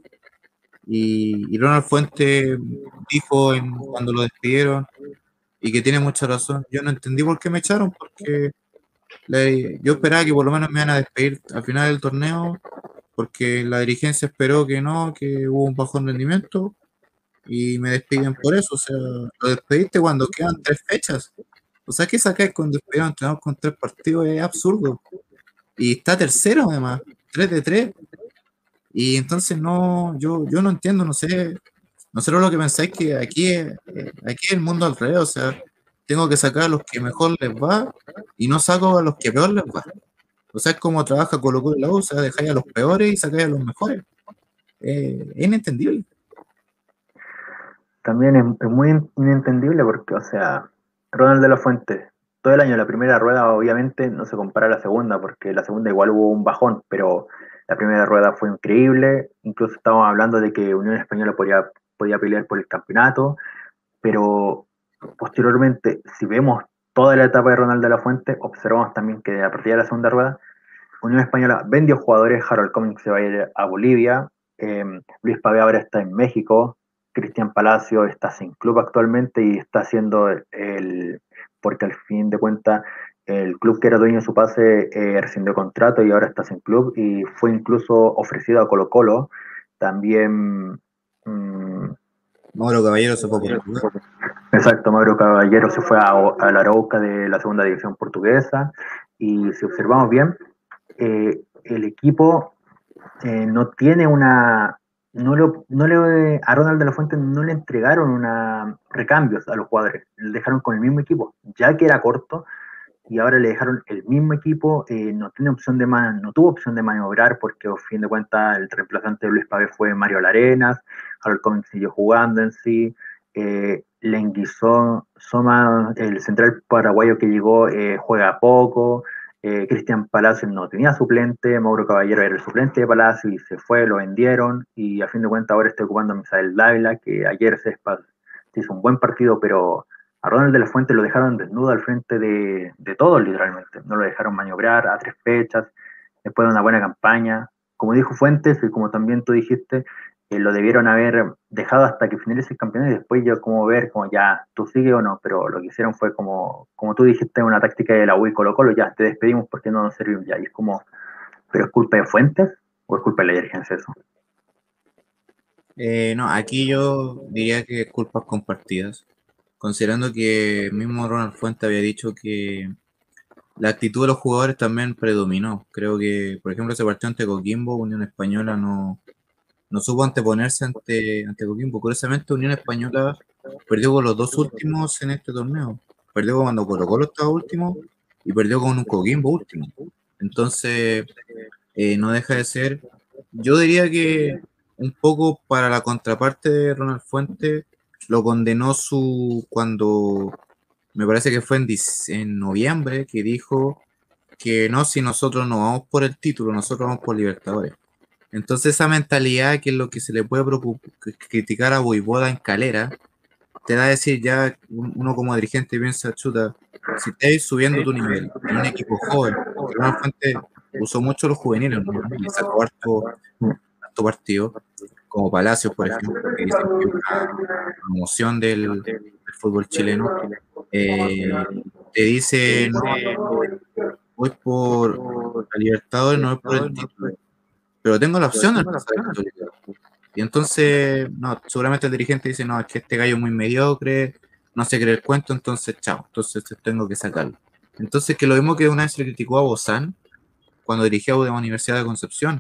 y, y Ronald Fuentes dijo en, cuando lo despidieron, y que tiene mucha razón, yo no entendí por qué me echaron, porque le- yo esperaba que por lo menos me iban a despedir al final del torneo, porque la dirigencia esperó que no, que hubo un bajón rendimiento, y me despiden por eso. O sea, lo despediste cuando quedan tres fechas. O sea, ¿qué sacáis con despedir a un entrenador con tres partidos? Es absurdo. Y está tercero además, tres de tres. Y entonces no, yo, yo no entiendo, no sé, no sé lo que pensáis que aquí es, eh, aquí es el mundo al revés. O sea, tengo que sacar a los que mejor les va y no saco a los que peor les va. O sea, es como trabaja Colo Colo en la U, o sea, dejáis a los peores y sacáis a los mejores. Eh, es inentendible.
también es, es muy in- inentendible porque, o sea, Ronald de la Fuente, todo el año la primera rueda obviamente no se compara a la segunda, porque la segunda igual hubo un bajón, pero la primera rueda fue increíble, incluso estábamos hablando de que Unión Española podía, podía pelear por el campeonato, pero posteriormente, si vemos toda la etapa de Ronald de la Fuente, observamos también que a partir de la segunda rueda, Unión Española vendió jugadores, Harold Cummings se va a ir a Bolivia, eh, Luis Pavé ahora está en México, Cristian Palacio está sin club actualmente y está haciendo el, porque al fin de cuentas el club que era dueño de su pase eh, rescindió contrato y ahora está sin club y fue incluso ofrecido a Colo Colo. También mmm,
Mauro Caballero se fue a Portugal.
exacto, Mauro Caballero se fue a, a la Arauca de la segunda división portuguesa y si observamos bien, eh, el equipo eh, no tiene una, no, lo, no le, a Ronald de la Fuente no le entregaron una recambios a los jugadores, le dejaron con el mismo equipo, ya que era corto y ahora le dejaron el mismo equipo, eh, no tiene opción de man, no tuvo opción de maniobrar porque a fin de cuentas el reemplazante de Luis Pávez fue Mario Larenas, Harold Cummings siguió jugando en sí, eh, Lenguizón, Soma, el central paraguayo que llegó, eh, juega poco, eh, Cristian Palacios no tenía suplente, Mauro Caballero era el suplente de Palacios y se fue, lo vendieron y a fin de cuentas ahora está ocupando a Misael Dávila, que ayer se, se hizo un buen partido, pero a Ronald de la Fuente lo dejaron desnudo al frente de, de todos, literalmente. No lo dejaron maniobrar a tres fechas, después de una buena campaña. Como dijo Fuentes, y como también tú dijiste, eh, lo debieron haber dejado hasta que finalice el campeonato y después yo como ver, como ya, tú sigue o no, pero lo que hicieron fue como, como tú dijiste, una táctica de la U y Colo Colo, ya, te despedimos porque no nos servimos ya. Y es como, ¿pero es culpa de Fuentes o es culpa de la dirigencia eso?
Eh, no, aquí yo diría que culpas compartidas, considerando que mismo Ronald Fuente había dicho que la actitud de los jugadores también predominó. Creo que, por ejemplo, ese partido ante Coquimbo, Unión Española no, no supo anteponerse ante, ante Coquimbo. Curiosamente, Unión Española perdió con los dos últimos en este torneo. Perdió cuando Colo Colo estaba último y perdió con un Coquimbo último. Entonces, eh, no deja de ser, yo diría que un poco para la contraparte de Ronald Fuente, lo condenó su cuando me parece que fue en, en noviembre que dijo que no, si nosotros no vamos por el título, nosotros vamos por Libertadores. Entonces esa mentalidad que es lo que se le puede criticar a Voivoda en Calera, te da a decir ya uno como dirigente piensa, chuta, si estáis subiendo tu nivel en un equipo joven, porque Ronald Fuente usó mucho los juveniles, ¿no? Y sacó harto, harto partido, como Palacios, por ejemplo, que dicen que es una promoción del, del fútbol chileno, eh, te dice, no, voy por la Libertadores, no voy por el título, pero tengo la opción de alcanzar a Católica. Y entonces, no, seguramente el dirigente dice, no, es que este gallo es muy mediocre, no se cree el cuento, entonces, chao, entonces tengo que sacarlo. Entonces, que lo mismo que una vez se le criticó a Bozán cuando dirigía a la Universidad de Concepción,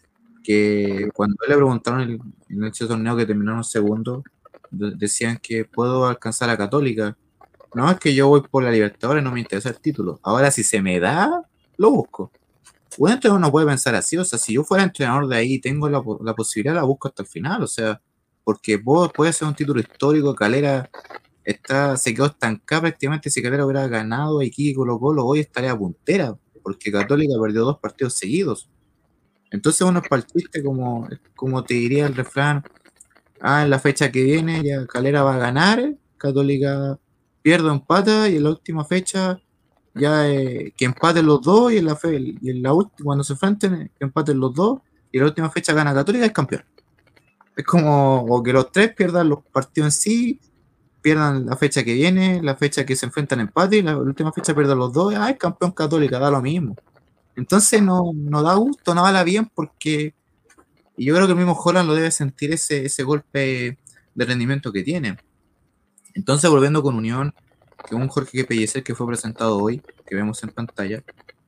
que cuando le preguntaron el, en ese torneo que terminaron segundo, decían que puedo alcanzar a Católica. No, es que yo voy por la Libertadores, no me interesa el título. Ahora, si se me da, lo busco. Un entrenador no puede pensar así, o sea, si yo fuera entrenador de ahí y tengo la, la, posibilidad, la busco hasta el final, o sea, porque vos puede ser un título histórico, Calera está, se quedó estancada prácticamente, si Calera hubiera ganado aquí Colo Colo, hoy estaría puntera, porque Católica perdió dos partidos seguidos. Entonces uno es para el chiste, como, como te diría el refrán, ah, en la fecha que viene ya Calera va a ganar, Católica pierde o empata, y en la última fecha ya eh, que empaten los dos y en la fe, y en la última, cuando se enfrenten, que empaten los dos y en la última fecha gana Católica y es campeón. Es como o que los tres pierdan los partidos en sí, pierdan la fecha que viene, la fecha que se enfrentan empate y la última fecha pierdan los dos, ah, es campeón Católica, da lo mismo. Entonces no, no da gusto, no vale bien porque y yo creo que el mismo Holland lo debe sentir ese, ese golpe de rendimiento que tiene. Entonces, volviendo con Unión, que un Jorge Pellicer que fue presentado hoy, que vemos en pantalla,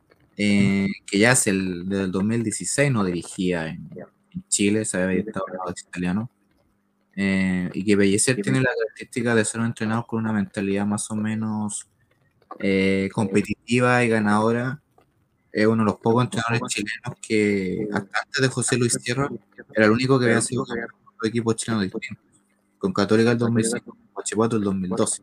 eh, que ya es el del dos mil dieciséis, no dirigía en, en Chile, se había estado en italiano, eh, y que Pellicer tiene la característica de ser un entrenador con una mentalidad más o menos eh, competitiva y ganadora. Es uno de los pocos entrenadores chilenos que hasta antes de José Luis Sierra era el único que había sido campeón de equipos chilenos distintos. con Católica el dos mil cinco, con Huachipato el dos mil doce.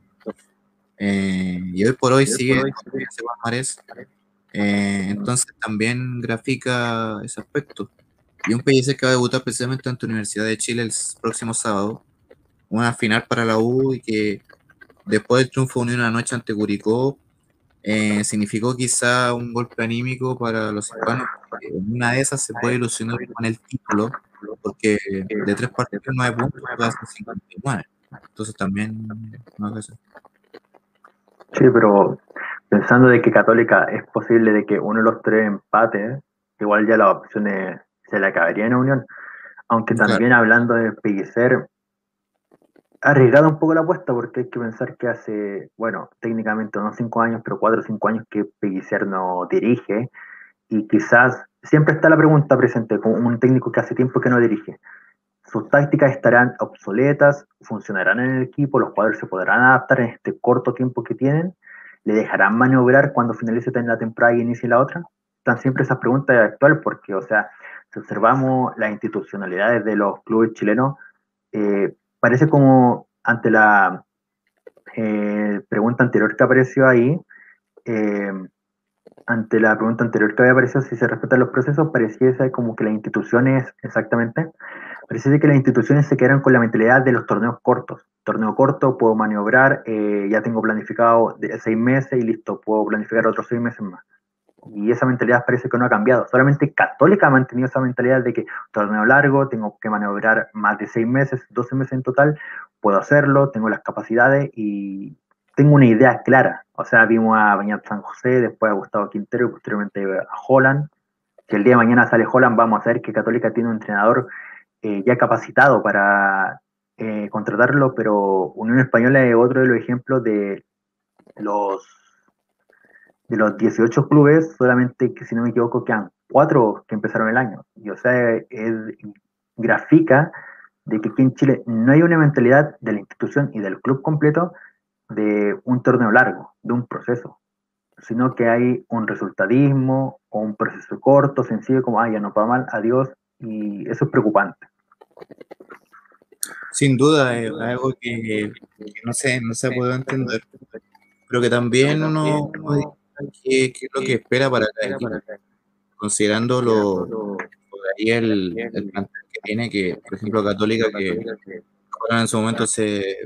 Eh, y hoy por hoy sigue con ese palmarés. Eh, entonces también grafica ese aspecto. Y un Pellicer que va a debutar precisamente ante Universidad de Chile el próximo sábado, una final para la U, y que después del triunfo de Unión anoche ante Curicó, eh, significó quizá un golpe anímico para los hispanos, porque en una de esas se puede ilusionar con el título, porque de tres partidos, nueve puntos, puede hacer cincuenta y nueve. Entonces también no es eso.
Sí, pero pensando de que Católica es posible de que uno de los tres empate, igual ya las opciones se le acabarían a Unión. Aunque
Claro.
también hablando de Pellicer, arriesgado un poco la apuesta, porque hay que pensar que hace, bueno, técnicamente unos cinco años, pero cuatro o cinco años que Pellicer no dirige, y quizás siempre está la pregunta presente, como un técnico que hace tiempo que no dirige. ¿Sus tácticas estarán obsoletas? ¿Funcionarán en el equipo? ¿Los jugadores se podrán adaptar en este corto tiempo que tienen? ¿Le dejarán maniobrar cuando finalice la temporada y inicie la otra? Están siempre esas preguntas actuales porque, o sea, si observamos las institucionalidades de los clubes chilenos, eh, parece como ante la eh, pregunta anterior que apareció ahí, eh, ante la pregunta anterior que había aparecido, si se respetan los procesos, pareciese como que las instituciones, exactamente, pareciese que las instituciones se quedaron con la mentalidad de los torneos cortos. Torneo corto, puedo maniobrar, eh, ya tengo planificado de seis meses y listo, puedo planificar otros seis meses más. Y esa mentalidad parece que no ha cambiado. Solamente Católica ha mantenido esa mentalidad de que torneo largo, tengo que maniobrar más de seis meses, doce meses en total, puedo hacerlo, tengo las capacidades y tengo una idea clara. O sea, vimos a Beñat San José, después a Gustavo Quintero y posteriormente a Holland. Si el día de mañana sale Holland, vamos a ver que Católica tiene un entrenador eh, ya capacitado para eh, contratarlo, pero Unión Española es otro de los ejemplos de los de los dieciocho clubes, solamente que si no me equivoco quedan cuatro que empezaron el año. Y o sea, es, grafica de que aquí en Chile no hay una mentalidad de la institución y del club completo de un torneo largo, de un proceso, sino que hay un resultadismo o un proceso corto, sencillo, como, ah, ya no va mal, adiós, y eso es preocupante.
Sin duda, es algo que, que no sé, no se ha podido entender, pero que también uno, uno dice que, que es lo que espera para cada equipo, considerando lo, por ahí el, el plantel que tiene, que por ejemplo Católica, que ahora en su momento se,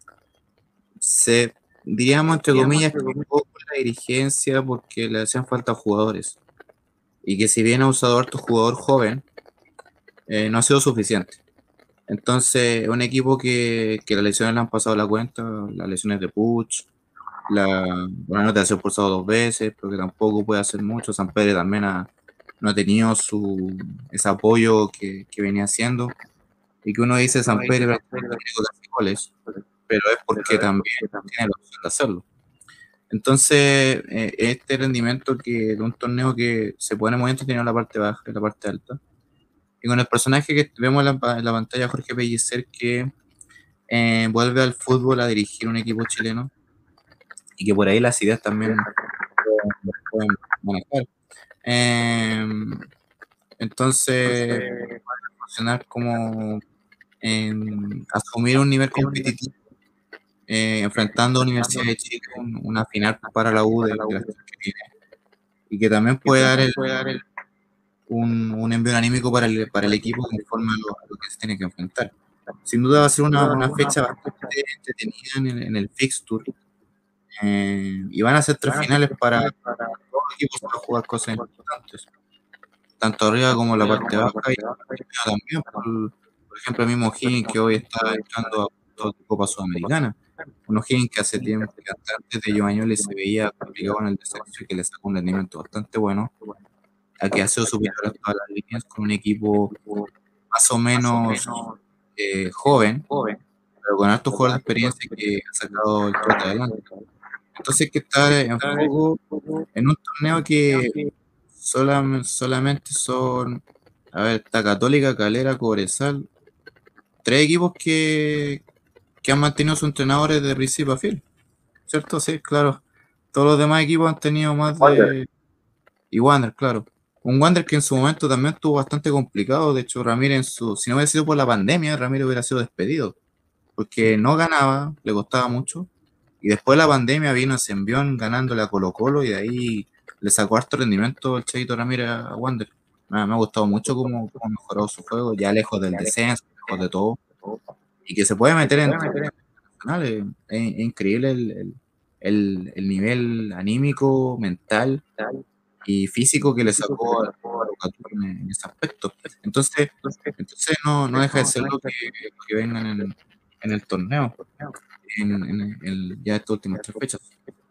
se diríamos entre comillas, quejó con la dirigencia porque le hacían falta jugadores, y que si bien ha usado harto jugador joven, eh, no ha sido suficiente. Entonces, un equipo que, que las lesiones le han pasado la cuenta, las lesiones de Puch, la, bueno, no te hace forzado dos veces, pero que tampoco puede hacer mucho. San Pedro también ha, no ha tenido su, ese apoyo que, que venía haciendo. Y que uno dice San Pedro tiene goles, pero es porque también tiene la opción de hacerlo. Entonces, eh, este rendimiento que de un torneo que se pone muy entretenido en la parte baja y en la parte alta, y con el personaje que vemos en la, en la pantalla, Jorge Pellicer, que eh, vuelve al fútbol a dirigir un equipo chileno, y que por ahí las ideas también lo pueden manejar. Eh, entonces, funcionar como en asumir un nivel competitivo, eh, enfrentando a Universidad de Chile, un, una final para la U de, de la que viene, y que también puede dar el, un, un envío anímico para el, para el equipo conforme a lo, a lo que se tiene que enfrentar. Sin duda va a ser una, una fecha bastante entretenida en el, en el fixture, eh, y van a ser tres finales para todos los equipos para jugar cosas importantes, tanto arriba como la parte baja, y también, por, por ejemplo, el mismo O'Higgins, que hoy está entrando a todo Copa Sudamericana. Un O'Higgins que hace tiempo, que antes de Giovagnoli se veía complicado en el descenso, y que le sacó un rendimiento bastante bueno, a que ha sido superior a todas las líneas, con un equipo más o menos eh, joven, pero con altos jugadores de experiencia, que ha sacado el trote adelante. Entonces hay que estar en foco en un torneo que solam, solamente son, a ver, está Católica, Calera, Cobresal, tres equipos que, que han mantenido sus entrenadores de principio a fin, ¿cierto? Sí, claro. Todos los demás equipos han tenido más de...
Wander.
Y Wander, claro. Un Wander que en su momento también estuvo bastante complicado. De hecho, Ramírez, en su... si no hubiera sido por la pandemia, Ramírez hubiera sido despedido, porque no ganaba, le costaba mucho, y después la pandemia vino, se envió ganándole a Colo Colo, y de ahí le sacó harto rendimiento el Cheito Ramírez a Wander. Me, me ha gustado mucho cómo, cómo ha mejorado su juego, ya lejos del descenso, lejos de todo, y que se puede meter en internacionales. Es, es increíble el, el, el, el nivel anímico, mental y físico que le sacó a en, en ese aspecto. Entonces, entonces no, no deja de ser lo que, lo que vengan en, en el torneo, en, en, en ya estas últimas tres fechas.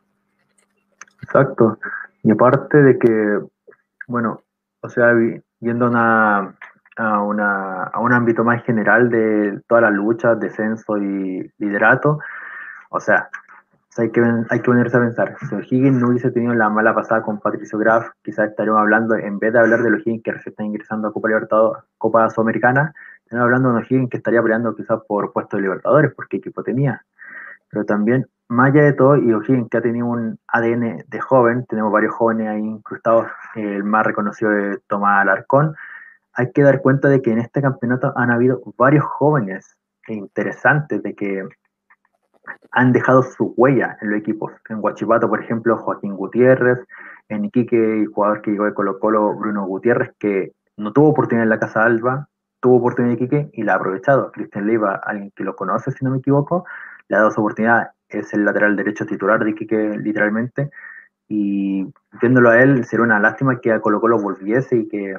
Exacto. Y aparte de que, bueno, o sea, vi- yendo a, una, a, una, a un ámbito más general de todas las luchas, descenso y liderato, o sea, o sea, hay que, ven- hay que ponerse a pensar. Si O'Higgins no hubiese tenido la mala pasada con Patricio Graf, quizás estaríamos hablando, en vez de hablar de los O'Higgins que recién están ingresando a Copa Libertadores, Copa Sudamericana, estaríamos hablando de un O'Higgins que estaría peleando quizás por puestos de Libertadores, porque equipo tenía. Pero también, más allá de todo, y O'Higgins que ha tenido un A D N de joven, tenemos varios jóvenes ahí incrustados, el más reconocido es Tomás Alarcón, hay que dar cuenta de que en este campeonato han habido varios jóvenes e interesantes de que han dejado su huella en los equipos. En Huachipato, por ejemplo, Joaquín Gutiérrez, en Iquique, el jugador que llegó de Colo Colo, Bruno Gutiérrez, que no tuvo oportunidad en la Casa Alba, tuvo oportunidad en Iquique y la ha aprovechado. Cristian Leiva, alguien que lo conoce, si no me equivoco, le ha dado su oportunidad, es el lateral derecho titular de Iquique, literalmente, y viéndolo a él, sería una lástima que a Colo Colo volviese y que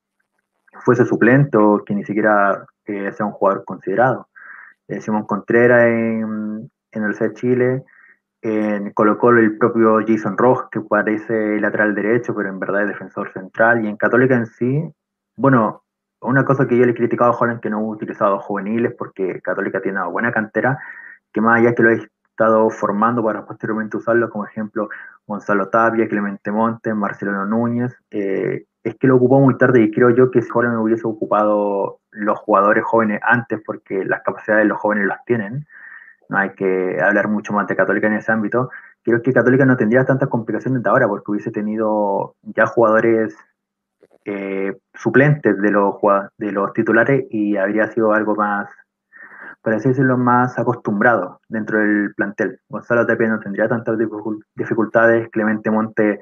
fuese suplente o que ni siquiera eh, sea un jugador considerado. Eh, Simón Contreras en, en el C de Chile, en Colo Colo el propio Jason Ross, que parece lateral derecho, pero en verdad es defensor central, y en Católica en sí, bueno, una cosa que yo le he criticado a Holland que no ha utilizado juveniles, porque Católica tiene una buena cantera, que más allá que lo he estado formando para posteriormente usarlo, como ejemplo Gonzalo Tapia, Clemente Montes, Marcelo Núñez, eh, es que lo ocupó muy tarde y creo yo que si Holland hubiese ocupado los jugadores jóvenes antes, porque las capacidades de los jóvenes las tienen, no hay que hablar mucho más de Católica en ese ámbito. Creo que Católica no tendría tantas complicaciones de ahora porque hubiese tenido ya jugadores eh, suplentes de los, de los titulares y habría sido algo más, por así decirlo, más acostumbrado dentro del plantel. Gonzalo Tapia no tendría tantas dificultades, Clemente Monte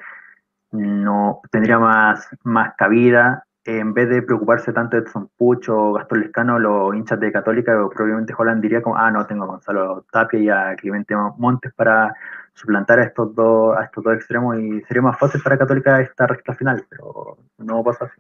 no tendría más, más cabida. En vez de preocuparse tanto de Edson Pucho o Gastón Lescano, los hinchas de Católica, probablemente Holland diría como, ah, no, tengo a Gonzalo Tapia y a Clemente Montes para suplantar a estos dos, a estos dos extremos y sería más fácil para Católica esta recta final, pero no pasa así.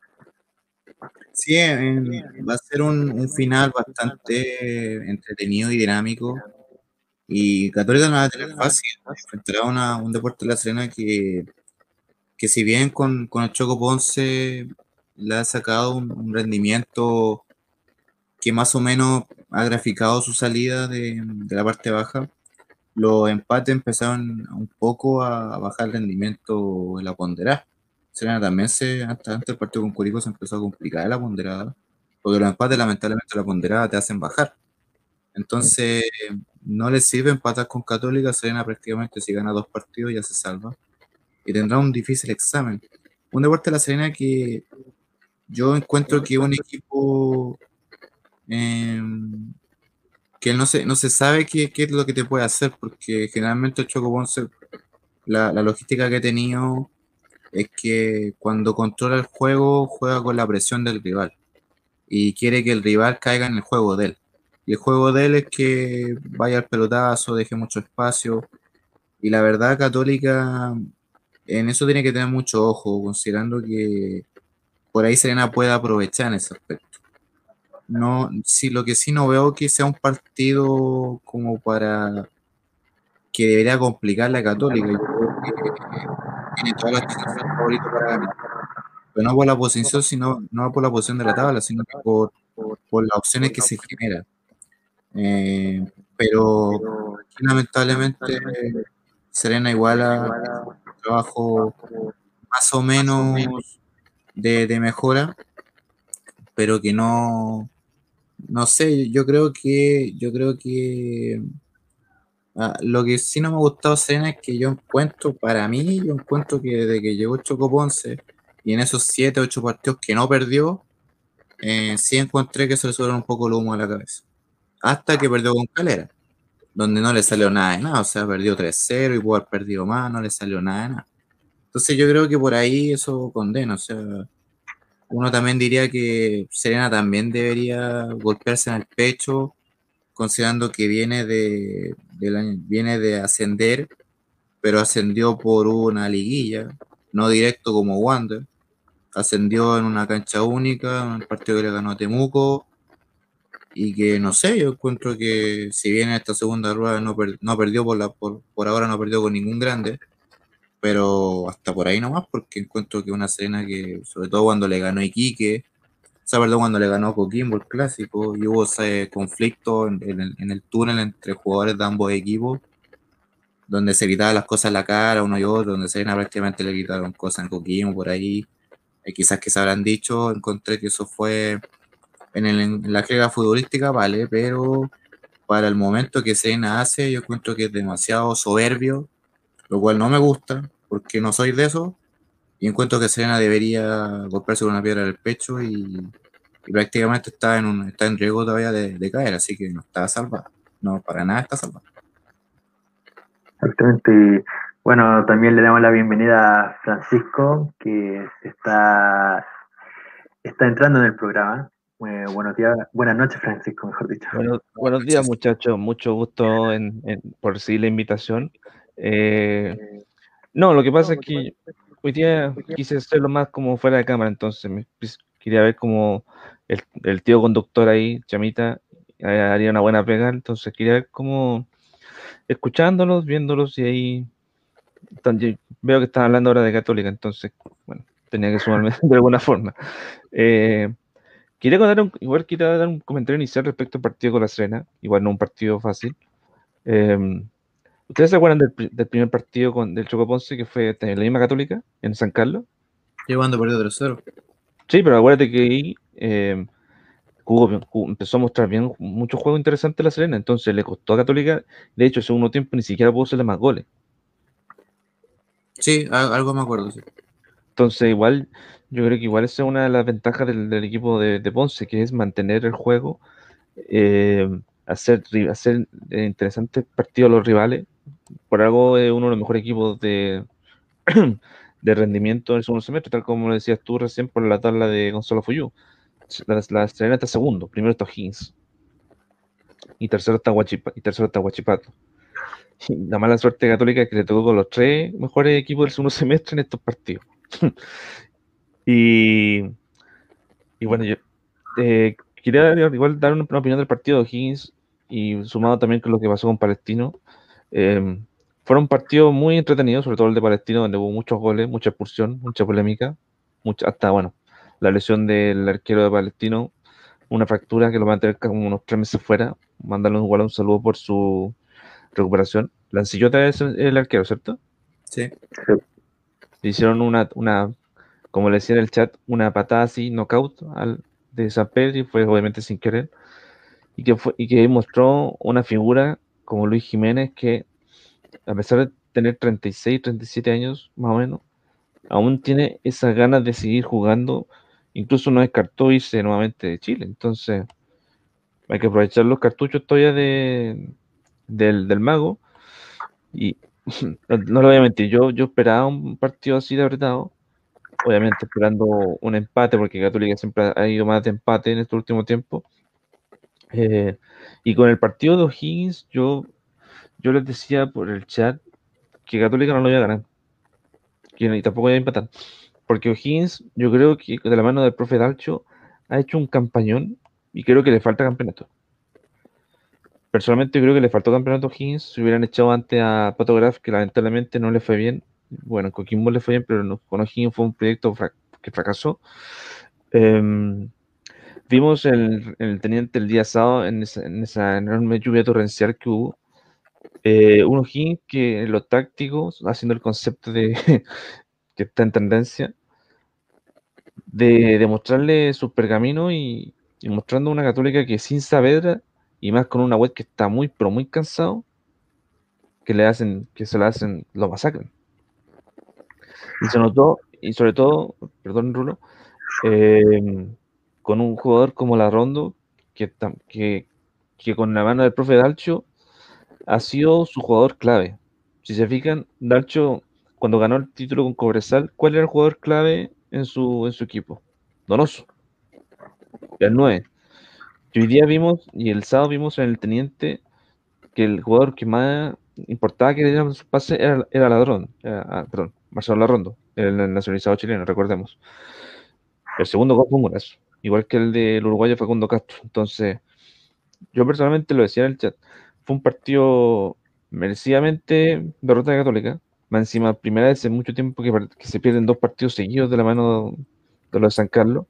Sí, en- va a ser un, un final bastante entretenido y dinámico. Y Católica no va a tener fácil. Enfrentará a una- un Deportes La Serena que, que si bien con, con el Choco Ponce le ha sacado un, un rendimiento que más o menos ha graficado su salida de, de la parte baja, los empates empezaron un poco a bajar el rendimiento en la ponderada. Serena también se, hasta antes del partido con Curicó se empezó a complicar la ponderada, porque los empates lamentablemente la ponderada te hacen bajar. Entonces, no le sirve empatar con Católica. Serena prácticamente si gana dos partidos ya se salva y tendrá un difícil examen. Un Deporte de La Serena que yo encuentro que un equipo eh, que no se, no se sabe qué, qué es lo que te puede hacer, porque generalmente el Choco Ponce, la, la logística que he tenido es que cuando controla el juego, juega con la presión del rival y quiere que el rival caiga en el juego de él. Y el juego de él es que vaya al pelotazo, deje mucho espacio. Y la verdad, Católica en eso tiene que tener mucho ojo, considerando que por ahí Serena puede aprovechar en ese aspecto. No, sí, lo que sí no veo que sea un partido como para que debería complicar la Católica. Yo creo que tiene todas las chances de ser favorito para ganar. Pero no por la posición, sino, no por la posición de la tabla, sino que por, por las opciones que se generan. Eh, pero aquí, lamentablemente, Serena igual ha hecho un trabajo más o menos de, de mejora, pero que no, no sé, yo creo que, yo creo que ah, lo que sí no me ha gustado Serena es que yo encuentro, para mí, yo encuentro que desde que llegó Choco Ponce y en esos siete, ocho partidos que no perdió, eh, sí encontré que se le subieron un poco el humo a la cabeza. hasta que perdió con Calera, donde no le salió nada de nada, o sea, perdió tres cero y pudo haber perdido más, no le salió nada de nada. Entonces yo creo que por ahí eso condena, o sea, uno también diría que Serena también debería golpearse en el pecho, considerando que viene de, de la- viene de ascender, pero ascendió por una liguilla, no directo como Wander, ascendió en una cancha única, en un partido que le ganó a Temuco, y que no sé, yo encuentro que si bien en esta segunda rueda no, per- no perdió por, la, por, por ahora no perdió con ningún grande, pero hasta por ahí nomás, porque encuentro que una Serena que, sobre todo cuando le ganó Iquique, o sea, perdón, cuando le ganó a Coquimbo el clásico, y hubo ese conflicto en, en el, en el túnel entre jugadores de ambos equipos, donde se gritaban las cosas a la cara uno y otro, donde Serena prácticamente le gritaron cosas en Coquimbo por ahí, eh, quizás que se habrán dicho, encontré que eso fue en, el, en la jerga futbolística, vale, pero para el momento que Serena hace, yo encuentro que es demasiado soberbio, lo cual no me gusta, porque no soy de eso, y encuentro que Serena debería golpearse con una piedra en el pecho y, y prácticamente está en, un, está en riesgo todavía de, de caer, así que no está salvada, no, para nada está salvada.
Exactamente. Y, bueno, también le damos la bienvenida a Francisco, que se está, está entrando en el programa. Eh, buenos días, buenas noches, Francisco, mejor dicho.
Bueno, buenos días, muchachos. Mucho gusto en, en- por recibir la invitación. Eh, no, lo que pasa es que hoy día quise hacerlo más como fuera de cámara, entonces me, pues, quería ver cómo el, el tío conductor ahí, Chamita, eh, haría una buena pega, entonces quería ver cómo, escuchándolos, viéndolos, y ahí están- yo veo que están hablando ahora de Católica, entonces, bueno, tenía que sumarme de alguna forma. Eh, Quería contar un- igual quería dar un comentario inicial respecto al partido con la Serena, igual no un partido fácil. Eh, ¿Ustedes se acuerdan del, pri- del primer partido con, del Choco Ponce que fue en la misma Católica, en San Carlos?
Llevando perdió tres cero.
Sí, pero acuérdate que ahí eh, jugó bien, jugó- empezó a mostrar bien muchos juegos interesantes a la Serena, entonces le costó a Católica, de hecho, el segundo tiempo ni siquiera pudo hacerle más goles.
Sí, a- algo me acuerdo, sí.
Entonces, igual, yo creo que igual esa es una de las ventajas del, del equipo de, de Ponce, que es mantener el juego, eh, hacer, ri- hacer eh, interesantes partidos a los rivales. Por algo es uno de los mejores equipos de, de rendimiento en el segundo semestre, tal como lo decías tú recién por la tabla de Gonzalo Fuyú. La, la Serena está segundo, primero está Higgins y tercero está Guachipa, y tercero está Guachipato. Y la mala suerte católica es que le tocó con los tres mejores equipos del segundo semestre en estos partidos. Y, y bueno, yo eh, quería dar- igual dar una, una opinión del partido de Higgins y sumado también con lo que pasó con Palestino. Eh, Fueron partidos muy entretenidos, sobre todo el de Palestino, donde hubo muchos goles, mucha expulsión, mucha polémica, mucha, hasta, bueno, la lesión del arquero de Palestino, una fractura que lo va a tener como unos tres meses fuera. Mandarle igual un saludo por su recuperación. Lancillota es el el arquero, ¿cierto?
Sí.
Le hicieron una, una, como le decía en el chat, una patada así, knockout al, de San Pedro, y fue obviamente sin querer. Y que, fue, y que mostró una figura como Luis Jiménez que, a pesar de tener treinta y seis, treinta y siete años, más o menos, aún tiene esas ganas de seguir jugando. Incluso no descartó irse nuevamente de Chile. Entonces, hay que aprovechar los cartuchos todavía de, del, del mago. Y no, no lo voy a mentir, yo, yo esperaba un partido así de apretado. Obviamente esperando un empate, porque Católica siempre ha ido más de empate en este último tiempo. Eh, y con el partido de O'Higgins, yo, yo les decía por el chat que Católica no lo iba a ganar, que ni tampoco iba a empatar. Porque O'Higgins, yo creo que de la mano del profe Dalcho, ha hecho un campañón y creo que le falta campeonato. Personalmente, creo que le faltó campeonato a O'Higgins. Si hubieran echado antes a Pato Graf, que lamentablemente no le fue bien. Bueno, con Coquimbo le fue bien, pero no, con O'Higgins fue un proyecto fra- que fracasó. Em, Vimos el, el teniente el día sábado en esa, en esa enorme lluvia torrencial que hubo. Eh, un O'Higgins que en lo táctico, haciendo el concepto de que está en tendencia, de, de mostrarle sus pergaminos y, y mostrando una Católica que sin Saavedra y más con una web que está muy, pero muy cansado, que le hacen, que se la hacen, lo masacran. Y se notó, y sobre todo, perdón, Rulo, eh, con un jugador como la Rondo, que, tam- que, que con la mano del profe Dalcho ha sido su jugador clave. Si se fijan, Dalcho, cuando ganó el título con Cobresal, ¿cuál era el jugador clave en su, en su equipo? Donoso, el nueve. Y hoy día vimos, y el sábado vimos en el Teniente, que el jugador que más importaba que diera su pase era, era Ladrón, era- ah, perdón, Marcelo Larrondo, el, el nacionalizado chileno, recordemos. El segundo gol fue un golazo, igual que el del uruguayo Facundo Castro. Entonces, yo personalmente lo decía en el chat, fue un partido merecidamente derrota de Católica, más encima, primera vez en mucho tiempo que, par- que se pierden dos partidos seguidos de la mano de los de San Carlos.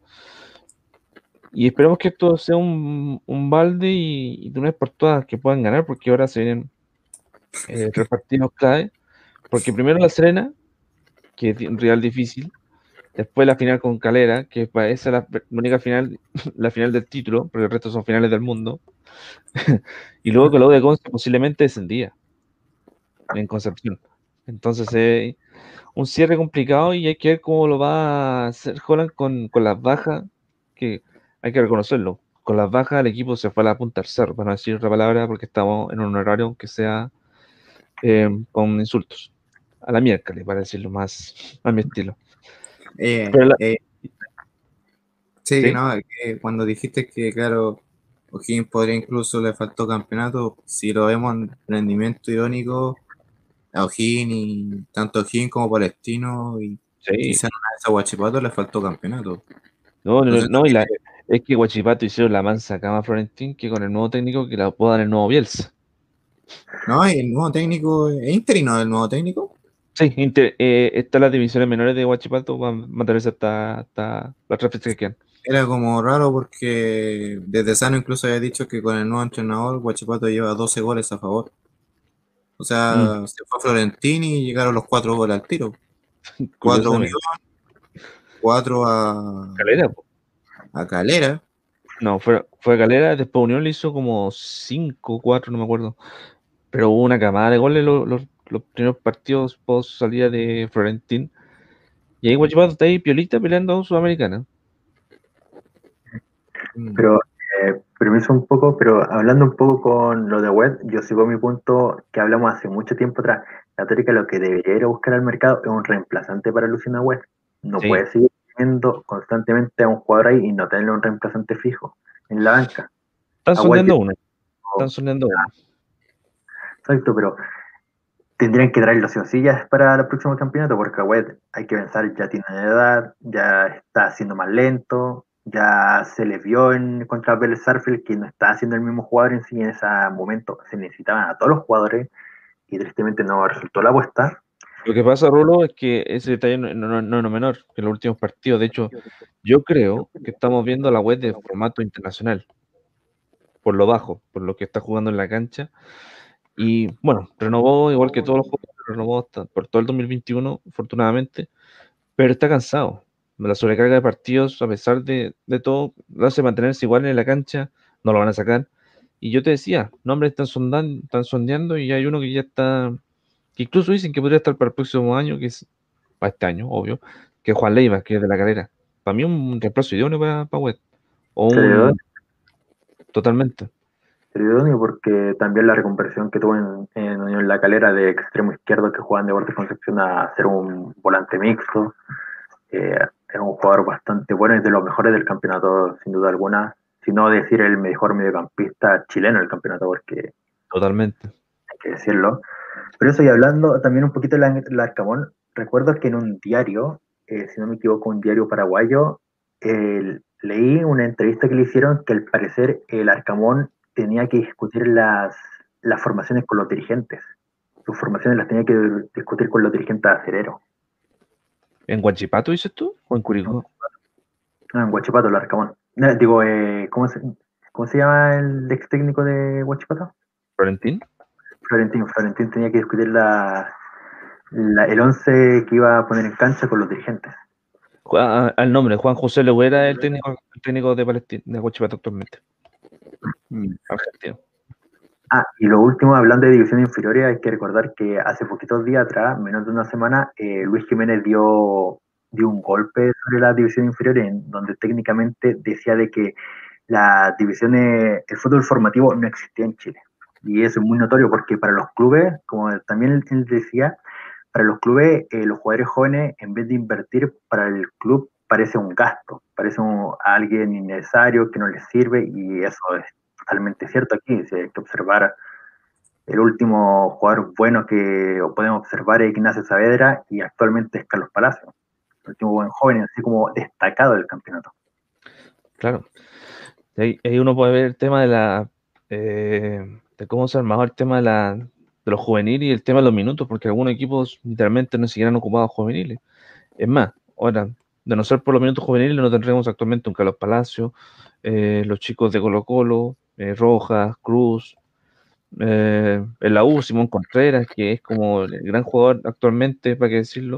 Y esperemos que esto sea un, un balde y, y de una vez por todas que puedan ganar, porque ahora se vienen eh, tres partidos clave. Porque primero La Serena, que es un rival difícil. Después la final con Calera, que para esa es la, la única final, la final del título, porque el resto son finales del mundo. Y luego que lo de Conce posiblemente descendía en Concepción. Entonces es un cierre complicado y hay que ver cómo lo va a hacer Holland con, con las bajas, que hay que reconocerlo. Con las bajas el equipo se fue a la punta del cerro, para no decir otra palabra, porque estamos en un horario que sea eh, con insultos. A la miércoles, para decirlo más a mi estilo.
Eh,
Pero la-
eh, sí, que
¿sí?
no, que cuando dijiste que, claro, O'Higgins podría incluso le faltó campeonato, si lo vemos en rendimiento irónico, a O'Higgins y tanto O'Higgins como Palestino y
Sí.
quizá en una de esas a Huachipato le faltó campeonato.
No, no,
Entonces
no, y
también,
la, es que Guachipato hicieron la mansa cama Florentín que con el nuevo técnico que la apodan el nuevo Bielsa.
no, y el nuevo técnico, ¿es interino el nuevo técnico?
Sí, Inter- eh, están las divisiones menores de Guachipato, van a mantenerse hasta, hasta las tres fechas que quedan.
Era como raro porque desde Sano incluso había dicho que con el nuevo entrenador Huachipato lleva doce goles a favor. O
Mm,
sea, se fue Florentini y llegaron los cuatro goles al tiro. Cuatro a Unión,
curiosamente.
cuatro a,
Calera, po.
a Calera.
No, fue, fue Calera, después Unión le hizo como cinco, cuatro, no me acuerdo. Pero hubo una camada de goles los, los, los primeros partidos post salida de Florentín. Y ahí Guachipato está ahí piolita peleando a Sudamericana.
Mm.
Pero, eh, permiso un poco, pero hablando un poco con lo de web, yo sigo mi punto que hablamos hace mucho tiempo atrás. Católica lo que debería ir a buscar al mercado es un reemplazante para Luciana Web. No
Sí,
puede seguir teniendo constantemente a un jugador ahí y no tenerle un reemplazante fijo en la banca.
están
A White
sondeando uno. Están sondeando uno.
exacto, pero tendrían que traerlo sí o sí ya para el próximo campeonato, porque Agüed, hay que pensar, ya tiene edad, ya está siendo más lento, ya se le vio en contra Vélez Sarsfield que no está haciendo el mismo jugador en sí en ese momento. Se necesitaban a todos los jugadores y tristemente no resultó la apuesta.
Lo que pasa, Rolo, es que ese detalle no, no, no es lo menor que en los últimos partidos. De hecho, yo creo que estamos viendo la web de formato internacional, por lo bajo, por lo que está jugando en la cancha. Y bueno, renovó igual que todos los juegos, renovó hasta por todo el dos mil veintiuno, afortunadamente, pero está cansado. La sobrecarga de partidos, a pesar de, de todo, lo hace mantenerse igual en la cancha, no lo van a sacar. Y yo te decía, nombres están sondan, están sondeando y hay uno que ya está, que incluso dicen que podría estar para el próximo año, que es para este año, obvio, que es Juan Leiva, que es de la Calera. Para mí un reemplazo idóneo para, para West, o
Sería
un totalmente.
idóneo porque también la reconversión que tuvo en, en Unión La Calera de extremo izquierdo que juega en Deportes Concepción a ser un volante mixto. Eh, es un jugador bastante bueno, es de los mejores del campeonato, sin duda alguna. Si no decir el mejor mediocampista chileno del campeonato, porque
Totalmente.
hay que decirlo. Pero eso, y hablando también un poquito del Arcamón, recuerdo que en un diario, eh, si no me equivoco, un diario paraguayo, eh, leí una entrevista que le hicieron que al parecer el Arcamón tenía que discutir las, las formaciones con los dirigentes. Sus formaciones las tenía que discutir con los dirigentes acereros.
¿En Guachipato dices tú? ¿O en Curicó?
No, en Huachipato, el Arcamón. No, digo, eh, ¿cómo, se, ¿cómo se llama el ex técnico de Huachipato?
¿Florentín?
Florentín. Florentín tenía que discutir la, la, el once que iba a poner en cancha con los dirigentes.
Ju- ah, al nombre, Juan José Leguera, el técnico, el técnico de Palestina, de Guachipato actualmente,
Mm.
argentino.
Ah, y lo último, hablando de divisiones inferiores, hay que recordar que hace poquitos días atrás, menos de una semana, eh, Luis Jiménez dio, dio un golpe sobre las divisiones inferiores, en donde técnicamente decía de que las divisiones, el fútbol formativo no existía en Chile. Y eso es muy notorio porque para los clubes, como también él decía, para los clubes, eh, los jugadores jóvenes, en vez de invertir para el club, parece un gasto, parece un, alguien innecesario que no les sirve, y eso es totalmente cierto aquí. Si hay que observar, el último jugador bueno que podemos observar es Ignacio Saavedra, y actualmente es Carlos Palacio, el último buen joven, así como destacado del campeonato.
Claro. Ahí, ahí uno puede ver el tema de la eh, de cómo se armaba el tema de la de los juveniles y el tema de los minutos, porque algunos equipos literalmente no siquiera han ocupado juveniles. Es más, ahora, de no ser por los minutos juveniles, no tendremos actualmente un Carlos Palacio, eh, los chicos de Colo Colo, eh, Rojas, Cruz, eh, en la U, Simón Contreras, que es como el gran jugador actualmente, para qué decirlo.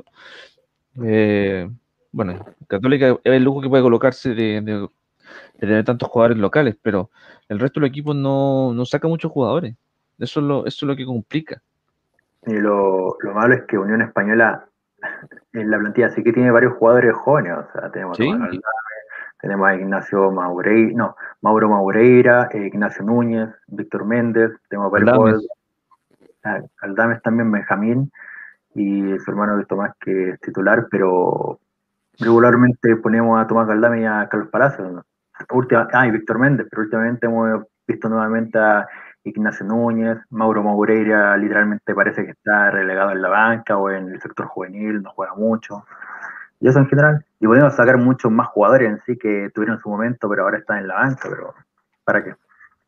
Eh, bueno, Católica es el lujo que puede colocarse de, de, de tener tantos jugadores locales, pero el resto de los equipos no, no saca muchos jugadores. Eso es lo, eso es lo que complica.
Y lo, lo malo es que Unión Española en la plantilla sí que tiene varios jugadores jóvenes, o sea, tenemos a Tomás
Sí,
Galdame, tenemos a Ignacio Maureira, no, Mauro Maureira, eh, Ignacio Núñez, Víctor Méndez, tenemos varios jugadores,
Aldames.
Aldames también, Benjamín, y su hermano de Tomás, que es titular, pero regularmente ponemos a Tomás Galdame y a Carlos Palacios, ¿no? Última, ah, y Víctor Méndez, pero últimamente hemos visto nuevamente a Ignacio Núñez, Mauro Maureira literalmente parece que está relegado en la banca o en el sector juvenil, no juega mucho. Y eso en general. Y podemos sacar muchos más jugadores en sí que tuvieron su momento, pero ahora están en la banca, pero ¿para qué?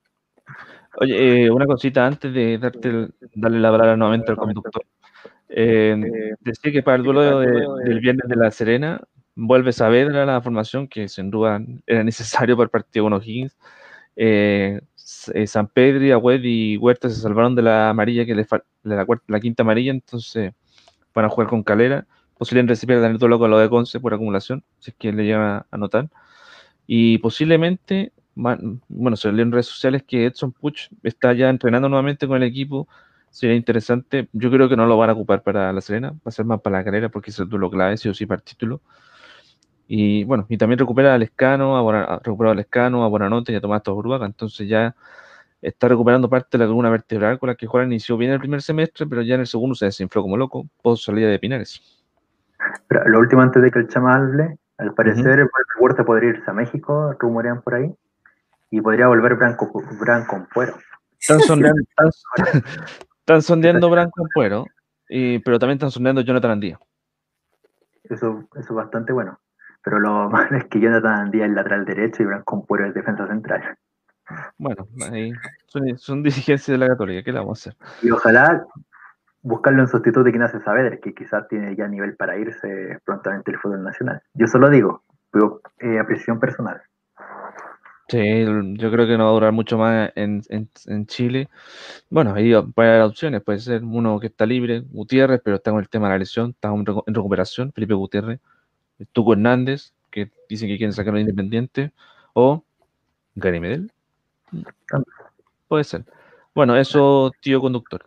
Oye, eh, una cosita antes de darte el- darle la palabra nuevamente al conductor. Eh, decía que para el duelo de- del viernes de La Serena vuelve Saavedra a la formación, que sin duda era necesario para el partido con O'Higgins. Eh, S- eh, San Pedri, Agüed y Huerta se salvaron de la amarilla, que le fal- de la, cuarta- la quinta amarilla, entonces van a jugar con Calera. Posiblemente se pierdan el duelo con lo de Conce por acumulación, si es que le lleva a anotar. Y posiblemente, man- bueno, se leí en redes sociales que Edson Puch está ya entrenando nuevamente con el equipo. Sería interesante. Yo creo que no lo van a ocupar para La Serena, va a ser más para la carrera porque es el duelo clave, sí o sí, para el título. Y bueno, y también recupera a Lescano, a Bona- a- recuperado a Lescano, a Bonanote y a Tomás Burbaca. Entonces ya está recuperando parte de la columna vertebral con la que Juan inició bien el primer semestre, pero ya en el segundo se desinfló como loco, post salida de Pinares.
Pero lo último antes de que el Chama hable, al
Ujú.
parecer Huerta podría irse a México, rumorean por ahí, y podría volver Branco, Branco Ampuero.
Están sondeando, están, están sondeando Branco Ampuero, y- pero también están sondeando Jonathan Andía.
Eso, eso es bastante bueno. Pero lo malo es que Jonathan Andía es lateral derecho y Branco Ampuero es defensa central.
Bueno, ahí son, son dirigencias de la Católica, ¿qué le vamos a hacer?
Y ojalá buscarlo en sustituto de Ignacio Saavedra, que quizás tiene ya nivel para irse prontamente del fútbol nacional. Yo solo digo, pero eh, apreciación personal.
Sí, yo creo que no va a durar mucho más en, en, en Chile. Bueno, ahí puede haber opciones, puede ser uno que está libre, Gutiérrez, pero está con el tema de la lesión, está en recu- en recuperación, Felipe Gutiérrez, Tuco Hernández, que dicen que quieren sacarlo independiente, o Gary Medel, puede ser. Bueno, eso, tío conductor.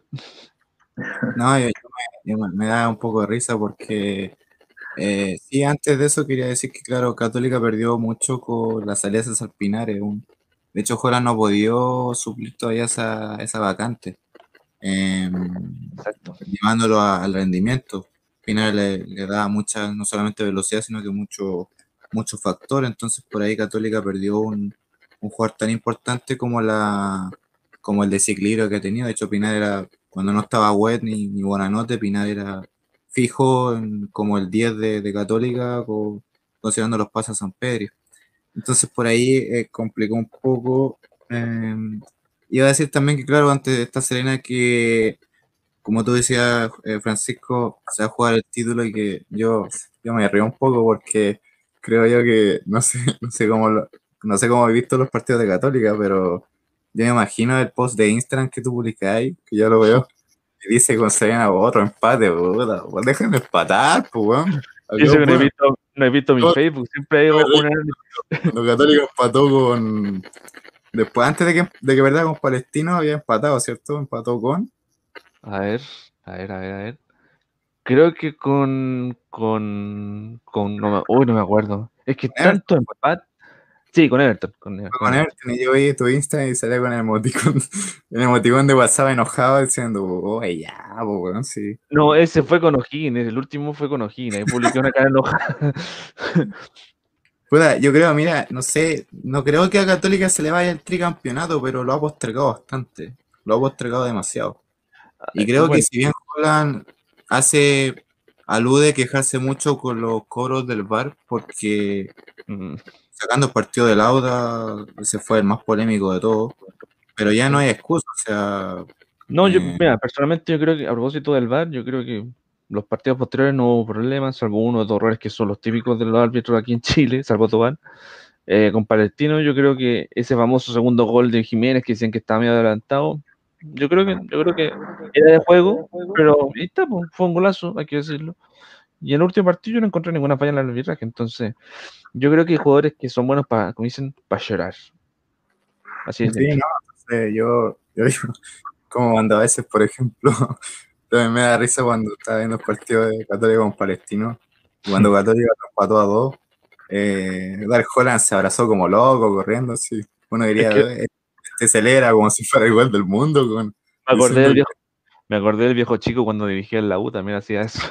No, yo- yo me, me da un poco de risa porque eh, sí, antes de eso quería decir que, claro, Católica perdió mucho con la salida de César Pinares. Un- de hecho, Jora no ha podido suplir todavía esa, esa vacante, eh,
Exacto.
llevándolo a- al rendimiento. Pinares le, le da mucha, no solamente velocidad, sino que mucho, mucho factor. Entonces, por ahí Católica perdió un, un jugador tan importante como la como el desequilibrio que ha tenido. De hecho, Pinar era, cuando no estaba Wet ni, ni Buenanote, Pinar era fijo en- como el diez de, de Católica, co- considerando los pasos a San Pedro. Entonces por ahí eh, complicó un poco. eh, Iba a decir también que, claro, antes de esta Serena, que como tú decías, eh, Francisco, se va a jugar el título y que yo, yo me río un poco porque creo yo que, no sé, no sé cómo lo- no sé cómo he visto los partidos de Católica, pero yo me imagino el post de Instagram que tú publicáis, que yo lo veo, y dice con Serena otro empate, puta, pues déjenme empatar, pues, weón.
Y eso
Algo
que no he
bueno.
visto, no he visto mi
Yo-
Facebook, siempre hay
yo-
una...
Cuando Católica empató con. Después, antes de que, de que perdiera con Palestino, había empatado, ¿cierto? Empató con.
A ver, a ver, a ver, a ver. Creo que con, con, con, no me, uy, no me acuerdo. Es que
Emerson.
tanto empate. Sí, con Everton. Con,
Fue
con
con
Everton.
Everton y yo vi tu Insta y salía con el emoticón, el emoticón de WhatsApp enojado diciendo, oye, ya, po, weón, sí.
No, ese fue con O'Higgins, el último fue con O'Higgins, ahí publiqué una cara enojada.
Puta, yo creo, mira, no sé, no creo que a Católica se le vaya el tricampeonato, pero lo ha postergado bastante, lo ha postergado demasiado. Y creo que
Bueno,
si bien Holland hace, alude quejarse mucho con los cobros del V A R, porque
mm,
sacando el partido de Lauda, ese fue el más polémico de todos, pero ya no
sí.
hay excusa, o sea,
No, yo,
eh,
mira, personalmente yo creo que, a propósito del V A R, yo creo que los partidos posteriores no hubo problemas, salvo uno o dos errores que son los típicos de los árbitros aquí en Chile, salvo Tobán. Eh, con Palestino, yo creo que ese famoso segundo gol de Jiménez que decían que estaba medio adelantado, yo creo que, yo creo que era de juego, pero ahí está, pues, fue un golazo, hay que decirlo. Y en el último partido yo no encontré ninguna falla en el arbitraje, entonces yo creo que hay jugadores que son buenos para, como dicen, para llorar. Así de
sí,
simple.
no, entonces yo, yo digo, como cuando a veces, por ejemplo, también me da risa cuando estaba viendo el partido de Católica con Palestino, y cuando Católica lo empató a dos, eh, Dark Holland se abrazó como loco, corriendo, así. Uno
Es
diría,
que
"Eh, este celebra como si fuera el gol del mundo, con,
me acordé
diciendo
del
que
viejo, me acordé del viejo chico cuando dirigía en la U, también hacía eso.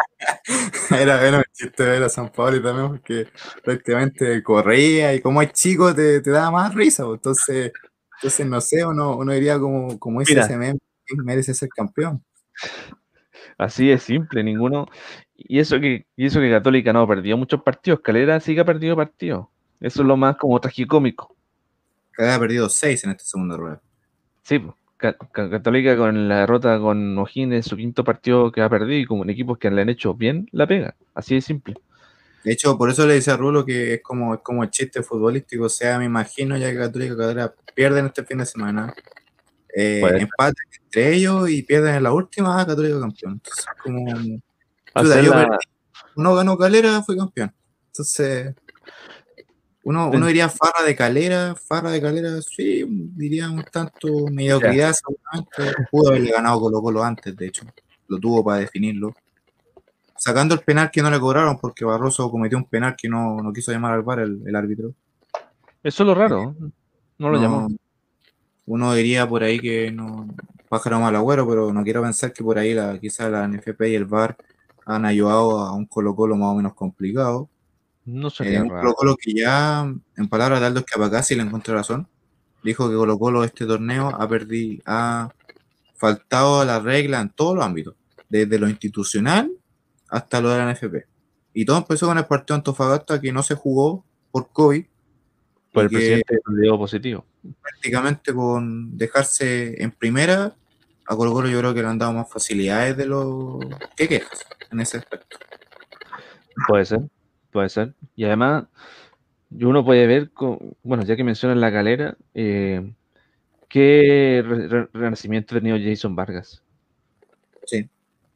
era, era un chiste ver a San Pablo y también porque prácticamente corría y como es chico te, te daba más risa, pues. Entonces, entonces no sé, uno, uno diría como, como dice
Mira,
ese meme, que merece ser campeón.
así es simple, ninguno. Y eso que, y eso que Católica no perdió muchos partidos, Calera sí que ha perdido partidos. Eso es lo más como tragicómico.
Que había perdido seis en esta segunda rueda.
Sí, po. Ca- Ca- Católica con la derrota con O'Higgins, su quinto partido que ha perdido y con equipos que le han hecho bien la pega. Así de simple.
De hecho, por eso le decía a Rulo que es como, es como el chiste futbolístico. O sea, me imagino ya que Católica y Cadera pierden este fin de semana, eh,
Pues
empatan entre ellos y pierden en la última, ah, Católica campeón. Entonces, como, chuta,
hacer
yo
la.
perdí, uno ganó Calera, fui campeón. Entonces, uno, uno diría farra de Calera, farra de Calera, sí, diría un tanto
Ya,
mediocridad, seguramente. Pudo haberle ganado Colo Colo antes, de hecho, lo tuvo para definirlo. Sacando el penal que no le cobraron porque Barroso cometió un penal que no, no quiso llamar al V A R el, el árbitro.
eso es lo
Eh,
raro. No lo
no,
llamó.
uno diría por ahí que no, pájaro mal agüero, pero no quiero pensar que por ahí la, quizá la N F P y el V A R han ayudado a un Colo Colo más o menos complicado.
No
Eh,
sería
un
raro.
Colo Colo que ya, en palabras de Aldo Escapacasi, le encontré razón, dijo que Colo Colo este torneo ha perdido, ha faltado a la regla en todos los ámbitos, desde lo institucional hasta lo de la N F P. Y todo empezó con el partido de Antofagasta que no se jugó por COVID
Pues
y
el
que
presidente dio positivo.
prácticamente con dejarse en primera, a Colo Colo yo creo que le han dado más facilidades de lo que quejas en ese aspecto.
Puede ser, puede ser. Y además, y uno puede ver, con, bueno, ya que mencionas la Calera, eh, qué re- re- renacimiento ha tenido Jason Vargas.
Sí,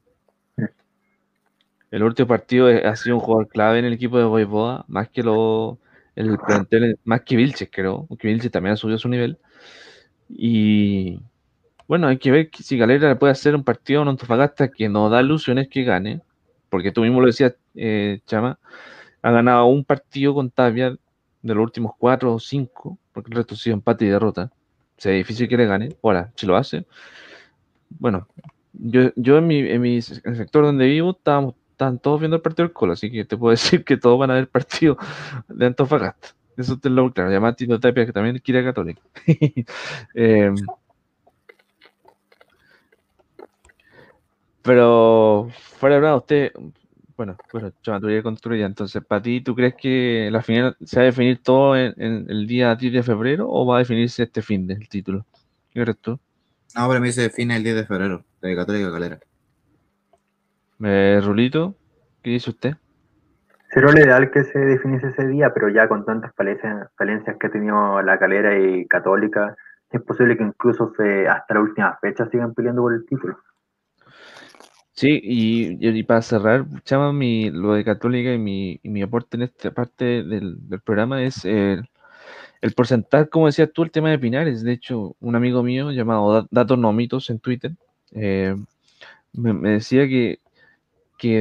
El último partido eh, ha sido un jugador clave en el equipo de Voivoda, más que lo, el plantel, más que Vilches, creo, porque Vilches también ha subido su nivel. Y bueno, hay que ver que si Calera le puede hacer un partido a un Antofagasta que no da ilusiones que gane, porque tú mismo lo decías, eh, Chama, ha ganado un partido con Tapia de los últimos cuatro o cinco, porque el resto ha sido empate y derrota. O sea, es difícil que le gane. Ahora, si lo hace, bueno, yo, yo en mi, en mi se- en el sector donde vivo estábamos, estaban todos viendo el partido del Colo, así que te puedo decir que todos van a ver el partido de Antofagasta. Eso te lo claro. Y además Tito Tapia, que también quiere a Católica. Eh, pero fuera de verdad, usted, bueno, bueno, Chama, tú ya construida, entonces, para ti, ¿tú crees que la final se va a definir todo en, en el día diez de febrero o va a definirse este fin del título? ¿Qué crees tú?
no, para mí se define el diez de febrero, de Católica Calera.
Eh, Rulito, ¿qué dice usted?
Sería lo ideal que se definiese ese día, pero ya con tantas falencias, falencias que ha tenido la Calera y Católica, es posible que incluso fe- hasta la última fecha sigan peleando por el título.
Sí, y, y para cerrar, Chama, mi, lo de Católica y mi, y mi aporte en esta parte del, del programa es eh, el porcentaje, como decías tú, el tema de Pinares. De hecho, un amigo mío llamado Da- Datos No Mitos en Twitter eh, me, me decía que, que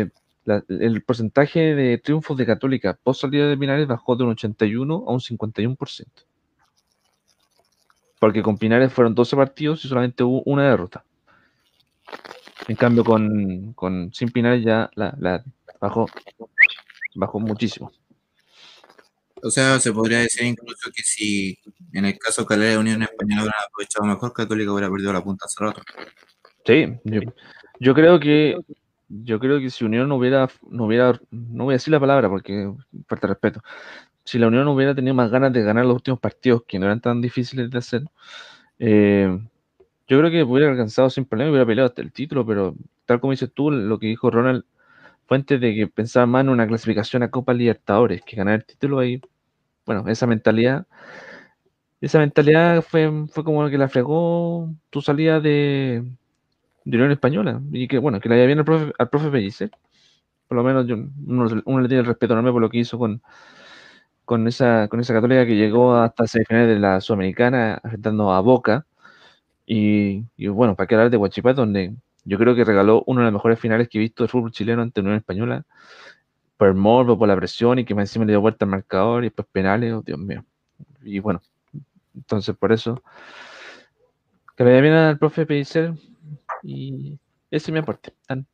la, el porcentaje de triunfos de Católica post salida de Pinares bajó de un ochenta y uno a un cincuenta y uno por ciento. Porque con Pinares fueron doce partidos y solamente hubo una derrota. En cambio, con, con sin Pinares ya la, la bajó, bajó muchísimo.
O sea, se podría decir incluso que si en el caso Calera y Unión Española hubieran aprovechado mejor, Católica hubiera perdido la punta hace rato.
Sí, yo, yo creo que yo creo que si Unión no hubiera, no hubiera, no voy a decir la palabra porque falta respeto, si la Unión hubiera tenido más ganas de ganar los últimos partidos que no eran tan difíciles de hacer, eh, yo creo que hubiera alcanzado sin problema y hubiera peleado hasta el título, pero tal como dices tú, lo que dijo Ronald Fuentes de que pensaba más en una clasificación a Copa Libertadores que ganar el título ahí, bueno, esa mentalidad, esa mentalidad fue, fue como lo que la fregó tu salida de, de Unión Española, y que bueno, que le haya bien al profe, al profe Pellicer, por lo menos yo, uno, uno le tiene el respeto enorme por lo que hizo con, con esa, con esa Católica que llegó hasta semifinales de la Sudamericana, enfrentando a Boca, y, y bueno, para qué hablar de Huachipato, donde yo creo que regaló una de las mejores finales que he visto del fútbol chileno ante Unión Española, por el morbo, por la presión, y que más encima le dio vuelta al marcador, y después penales, oh, Dios mío. Y bueno, entonces por eso, que le vaya bien al profe Pellicer, y ese es mi aporte. Tan.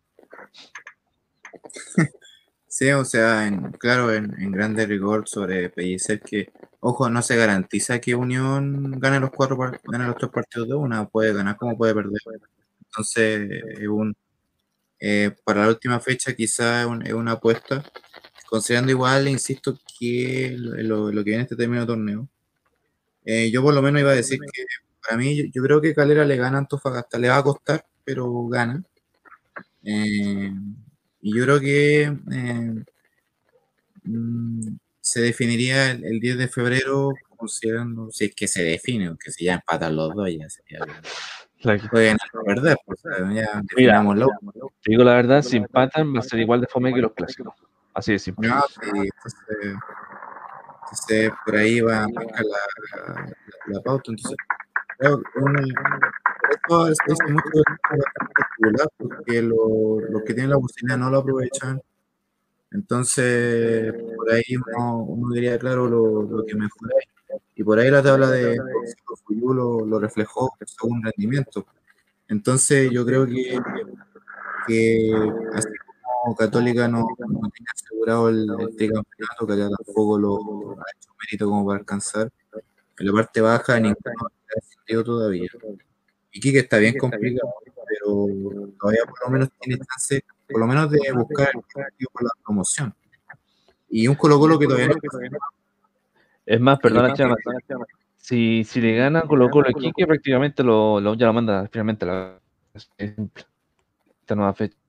Sí, o sea, en, claro, en, en grande rigor sobre Pellicer que, ojo, no se garantiza que Unión gane los cuatro par- gane los tres partidos de una, puede ganar como puede perder. Entonces, es un, eh, para la última fecha quizás es, un- es una apuesta, considerando igual, insisto, que lo, lo- lo que viene este término de torneo. Eh, yo por lo menos iba a decir que para mí, yo, yo creo que Calera le gana a Antofagasta, le va a costar, pero gana. Eh, y yo creo que eh, mm, se definiría el, el diez de febrero, considerando, si es que se define, aunque si ya empatan los dos, ya sería bien.
La-
Pueden perder, pues, ya
Mira,
definámoslo.
te digo la verdad, si empatan va a ser igual de fome que los clásicos. Así de simple.
No, sí, entonces, entonces por ahí va a marcar la, la, la pauta. Entonces, claro, una, por eso se dice mucho de esto bastante particular, porque lo- los que tienen la posibilidad no lo aprovechan. Entonces, por ahí uno, uno diría, claro, lo, lo que mejora. Y por ahí la tabla de Fuyú lo, lo reflejó según rendimiento. Entonces, yo creo que, que así como Católica no, no tiene asegurado el, el tricampeonato, que ya tampoco lo ha hecho mérito como para alcanzar, en la parte baja ninguno ha descendido todavía. Iquique está bien complicado, pero todavía por lo menos tiene chance, por lo menos de buscar el objetivo por la promoción. Y un Colo-Colo que todavía no ha
Es más,
y lo
perdona,
que
Chama, si, si le gana Colo Colo Iquique, prácticamente lo, lo- ya lo manda finalmente a la esta nueva fecha.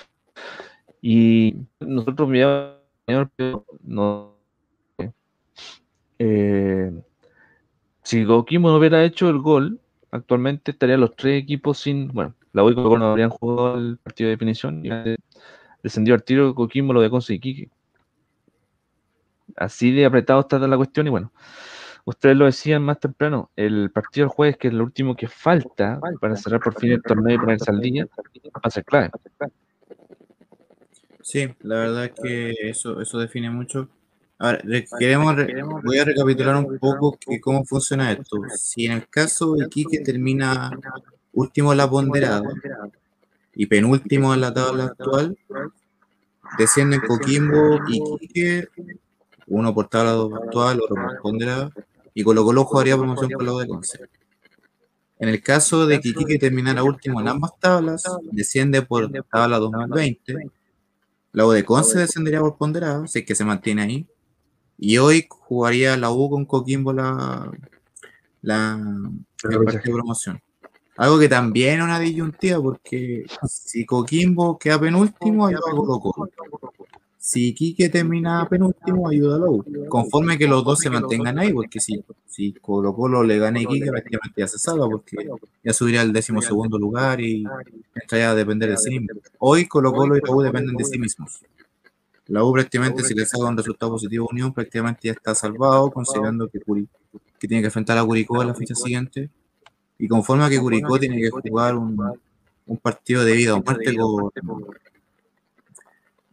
Y nosotros miramos, no, eh, si Coquimbo no hubiera hecho el gol, actualmente estarían los tres equipos sin, bueno, la U y Colo Colo no habrían jugado el partido de definición, y descendió al tiro Coquimbo, lo de Conce y Iquique. Así de apretado está la cuestión, y bueno, ustedes lo decían más temprano, el partido del jueves, que es lo último que falta para cerrar por fin el torneo y ponerse al día, va a ser clave.
Sí, la verdad es que eso, eso define mucho. Ahora, re- queremos re- voy a recapitular un poco que cómo funciona esto. Si en el caso de Iquique termina último en la ponderada y penúltimo en la tabla actual, descienden Coquimbo y Iquique, uno por tabla actual, otro por ponderada, y Colo Colo jugaría promoción con la U de Conce. En el caso de que Iquique terminara último en ambas tablas, desciende por tabla dos mil veinte. La U de Conce descendería por ponderado, si es que se mantiene ahí. Y hoy jugaría la U con Coquimbo la, la, el partido de promoción. Algo que también es una disyuntiva, porque si Coquimbo queda penúltimo, ayuda a Colo Colo. Si Iquique termina penúltimo, ayuda a la U. Conforme que los dos se mantengan ahí, porque si, si Colo Colo le gana a Iquique, prácticamente ya se salva, porque ya subiría al décimo segundo lugar y entraría a depender de sí mismo. Hoy Colo Colo y la U dependen de sí mismos. La U prácticamente, si le saca un resultado positivo a Unión, prácticamente ya está salvado, considerando que, Curi, que tiene que enfrentar a Curicó en la fecha siguiente. Y conforme a que Curicó tiene que jugar un, un partido de vida o muerte con,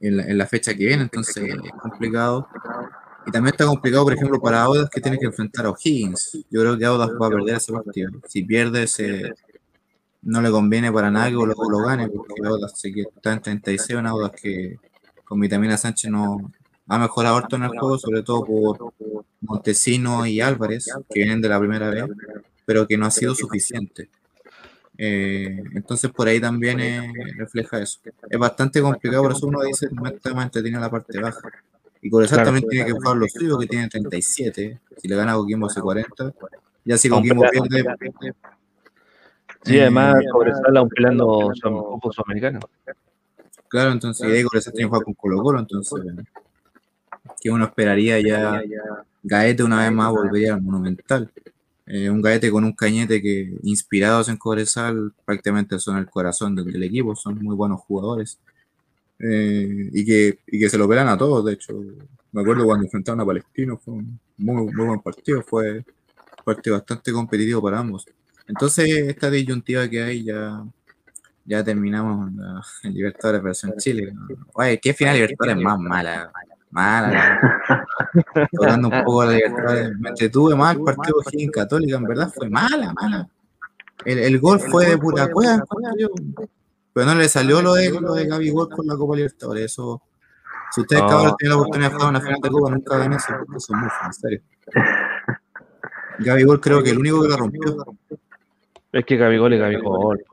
en la, en la fecha que viene, entonces es complicado. Y también está complicado, por ejemplo, para Audax, que tiene que enfrentar a O'Higgins. Yo creo que Audax va a perder ese partido. Si pierde, se, no le conviene para nada que lo, lo gane, porque Audax sí que está en treinta y seis, un Audax que con Vitamina Sánchez no ha mejorado harto en el juego, sobre todo por Montesino y Álvarez, que vienen de la primera vez, pero que no ha sido suficiente. Eh, entonces por ahí también eh, refleja eso. Es bastante complicado, por eso uno dice no está más entretenido la parte baja. Y Cobresal
Claro.
también tiene que jugar los suyos, que tiene treinta y siete. Si le gana a Coquimbo hace cuarenta. Ya si
Aún
Coquimbo
pelea-
pierde.
Sí, además
eh,
Cobresal aún peleando son fútbol sudamericano.
claro, entonces y ahí Cobresal tiene que jugar con Colo Colo, entonces que uno esperaría ya. Gaete una vez más volvería al Monumental. Eh, un Gaete con un Cañete que inspirados en Cobresal prácticamente son el corazón del, del equipo, son muy buenos jugadores. Eh, y, que, y que se lo pelan a todos, de hecho. Me acuerdo cuando enfrentaron a Palestino, fue un muy, muy buen partido, fue un partido bastante competitivo para ambos. Entonces, esta disyuntiva que hay ya, ya terminamos en, la, en Libertadores versión Chile. Oye, ¿qué final Libertadores más mala? Mala, la verdad. Tocando un poco la Libertadores. Me entretuve más el partido de O'Higgins Católica, en verdad fue mala, mala. El, el gol fue de pura cueva, encuentro yo. Pero no le salió lo de, lo de Gabigol con la Copa Libertadores. Eso, si ustedes cabros
No,
tienen la oportunidad de jugar una final de Copa, nunca hagan eso, porque son muy en serio. Gabigol creo que el único que la rompió.
es que Gabigol es Gabigol.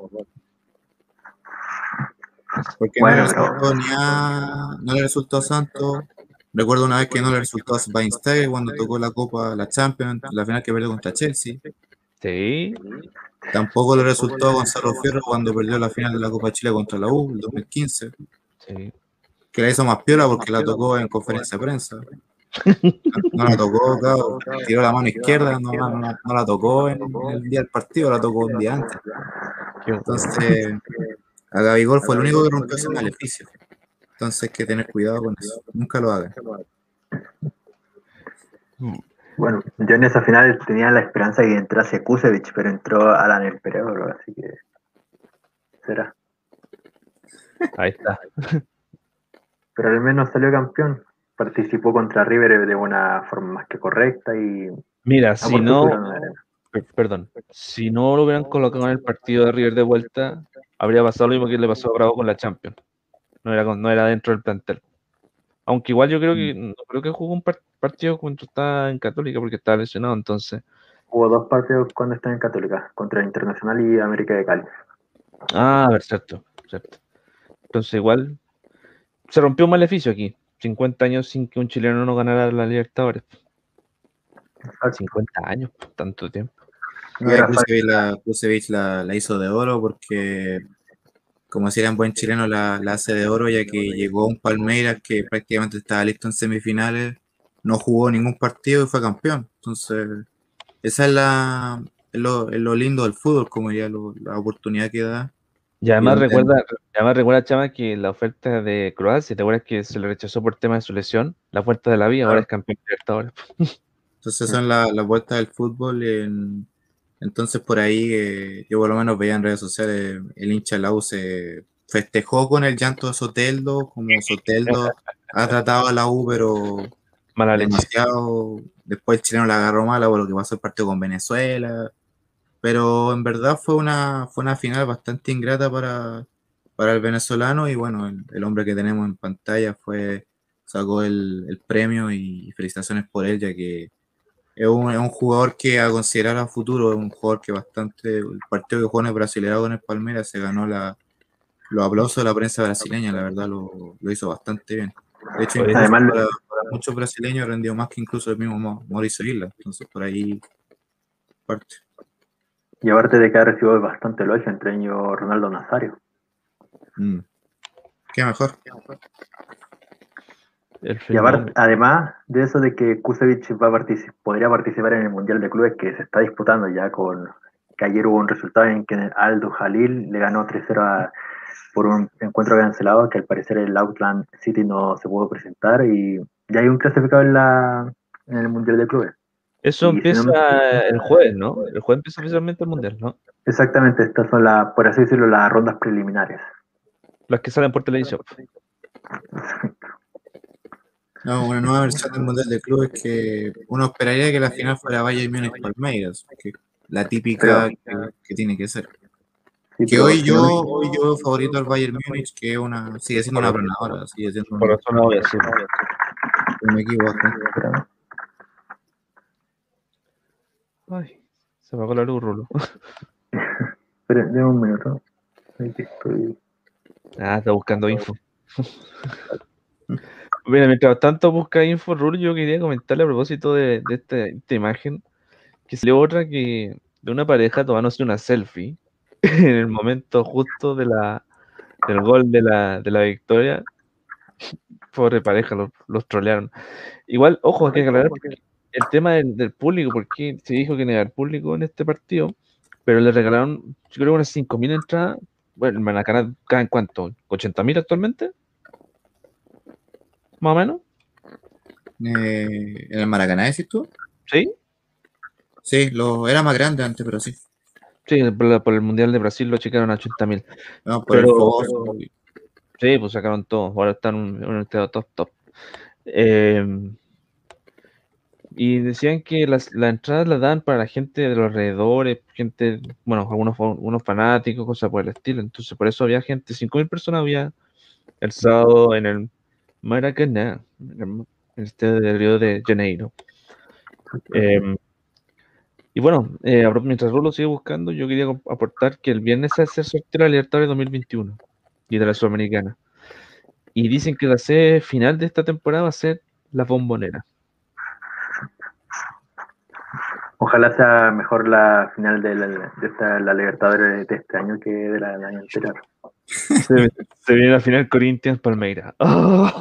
Porque
Bueno,
no le
pero-
resultó ni a, no le resultó a Santos. Recuerdo una vez que no le resultó a Schweinsteiger cuando tocó la Copa, la Champions, la final que perdió contra Chelsea.
Sí,
Tampoco le resultó a Gonzalo Fierro cuando perdió la final de la Copa Chile contra la U, el dos mil quince.
sí.
Que la hizo más piola porque la tocó en conferencia de prensa. No la tocó, claro, tiró la mano izquierda, no, no, no, no la tocó en, en el día del partido, la tocó un día antes.
Qué bueno.
Entonces, a Gabigol fue el único que rompió ese maleficio. Entonces hay que tener cuidado con eso. Nunca lo hagan.
Bueno, yo en esa final tenía la esperanza de que entrase Kusevich, pero entró Alan El Pereiro, así que será.
Ahí está.
Pero al menos salió campeón. Participó contra River de una forma más que correcta y
Mira, si
aportó
no,
su grano de arena.
per- perdón, si no lo hubieran colocado en el partido de River de vuelta, habría pasado lo mismo que le pasó a Bravo con la Champions. No era, con- no era dentro del plantel. Aunque igual yo creo que no creo que jugó un par- partido cuando estaba en Católica porque estaba lesionado, entonces.
Hubo dos partidos cuando estaba en Católica, contra Internacional y América de Cali.
Ah, a ver, cierto, cierto. Entonces igual se rompió un maleficio aquí. cincuenta años sin que un chileno no ganara la Libertadores. cincuenta años, tanto tiempo.
No, y Kusevich la, Kusevich la, la hizo de oro porque, como si era un buen chileno, la, la hace de oro, ya que llegó a un Palmeiras que prácticamente estaba listo en semifinales, no jugó ningún partido y fue campeón. Entonces, esa es, la, es, lo, es lo lindo del fútbol, como ya lo, la oportunidad que da.
Y además
Y donde-
recuerda, además recuerda, Chama, que la oferta de Croacia, ¿te acuerdas que se le rechazó por tema de su lesión? La oferta de la vida, ahora es campeón de Libertadores.
Entonces son las la vueltas del fútbol. En, entonces por ahí eh, yo por lo menos veía en redes sociales el hincha de la U se festejó con el llanto de Soteldo, como Soteldo ha tratado a la U, pero
Mala leche.
demasiado. Después el chileno la agarró mala por lo que pasó el partido con Venezuela. Pero en verdad fue una, fue una final bastante ingrata para, para el venezolano. Y bueno, el, el hombre que tenemos en pantalla fue, sacó el, el premio y felicitaciones por él, ya que es un, es un jugador que a considerar a futuro, es un jugador que bastante, el partido que jugó en el Brasileirao con el Palmeiras se ganó la, los aplausos de la prensa brasileña, la verdad lo, lo hizo bastante bien. De hecho, incluso
Además,
para, para muchos brasileños rendió más que incluso el mismo Mo- Mauricio Isla, entonces por ahí parte.
y aparte de que ha recibido bastante elogio, entre ellos Ronaldo Nazario.
Mm. ¿Qué mejor?
El
Y aparte,
fenómeno.
además de eso de que Kusevich va a particip- podría participar en el Mundial de Clubes que se está disputando ya con que ayer hubo un resultado en que Aldo Jalil le ganó tres cero a, por un encuentro cancelado que al parecer el Outland City no se pudo presentar y ya hay un clasificado en, la, en el Mundial de Clubes.
Eso
Y si
empieza
no me-
el jueves, ¿no? El jueves empieza oficialmente el Mundial, ¿no?
Exactamente, estas son las, por así decirlo, las rondas preliminares.
Las que salen por televisión.
No, una nueva versión del Mundial de Clubes que uno esperaría que la final fuera Bayern Múnich-Palmeiras, que la típica
Pero,
que, que tiene que ser.
sí,
Que
pero
hoy
si
yo,
no me...
hoy yo favorito al Bayern Múnich, que es una, sigue siendo
Por,
una aplanadora, sigue siendo
por
un,
razón obvia, sí.
un equipo bastante.
Espera,
Ay, se apagó la luz, Rulo.
espera, dame un minuto. Aquí estoy.
Ah, está buscando info. Mira, mientras tanto busca info, Rulo, yo quería comentarle a propósito de, de esta, esta imagen, que salió otra que de una pareja tomándose una selfie en el momento justo de la, del gol de la, de la victoria. Pobre pareja, los, los trolearon. Igual, ojo, hay que aclarar porque el tema del, del público, porque se dijo que no iba a haber público en este partido, pero le regalaron, yo creo, unas cinco mil entradas. Bueno, el Maracaná cae en cuánto, ochenta mil actualmente, más o menos.
Eh, ¿en el Maracaná decís tú?
Sí,
Sí, lo, era más grande antes, pero sí.
sí, por, la- por el Mundial de Brasil lo checaron a ochenta mil.
No, por el
Pero
fogoso.
sí, pues sacaron todo, ahora están en un estado top, top. Eh, y decían que las, las entradas las dan para la gente de los alrededores, gente, bueno, algunos, fa- unos fanáticos, cosas por el estilo. Entonces, por eso había gente, cinco mil personas había el sábado en el Maracaná, en el estadio de Río de Janeiro. Eh, y bueno, eh, apro- mientras Rulo sigue buscando, yo quería comp- aportar que el viernes se hace el sorteo de la Libertadores dos mil veintiuno y de la Sudamericana. Y dicen que la sede final de esta temporada va a ser la Bombonera.
Ojalá sea mejor la final de la, de esta, la Libertadores de este año que de la del año anterior.
Se, se viene la final Corinthians Palmeiras. ¡Oh!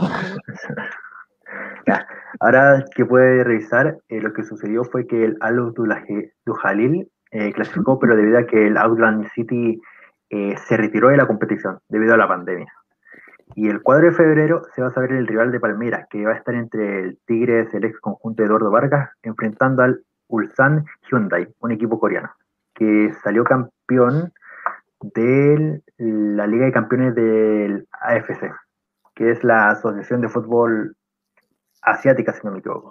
Ya. Ahora que puede revisar, eh, lo que sucedió fue que el Al Duhalil eh, clasificó, pero debido a que el Outland City eh, se retiró de la competición debido a la pandemia. Y el cuadro de febrero se va a saber el rival de Palmeiras, que va a estar entre el Tigres, el ex conjunto de Eduardo Vargas, enfrentando al Ulsan Hyundai, un equipo coreano, que salió campeón de la Liga de Campeones del A F C, que es la Asociación de Fútbol Asiática, si no me equivoco.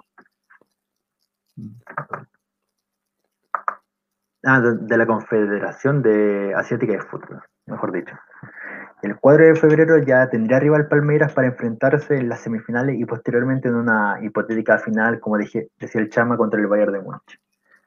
Ah, de, de la Confederación de Asiática de Fútbol, mejor dicho. El cuadro de febrero ya tendría rival Palmeiras para enfrentarse en las semifinales y posteriormente en una hipotética final, como dije, decía el Chama, contra el Bayern de Múnich.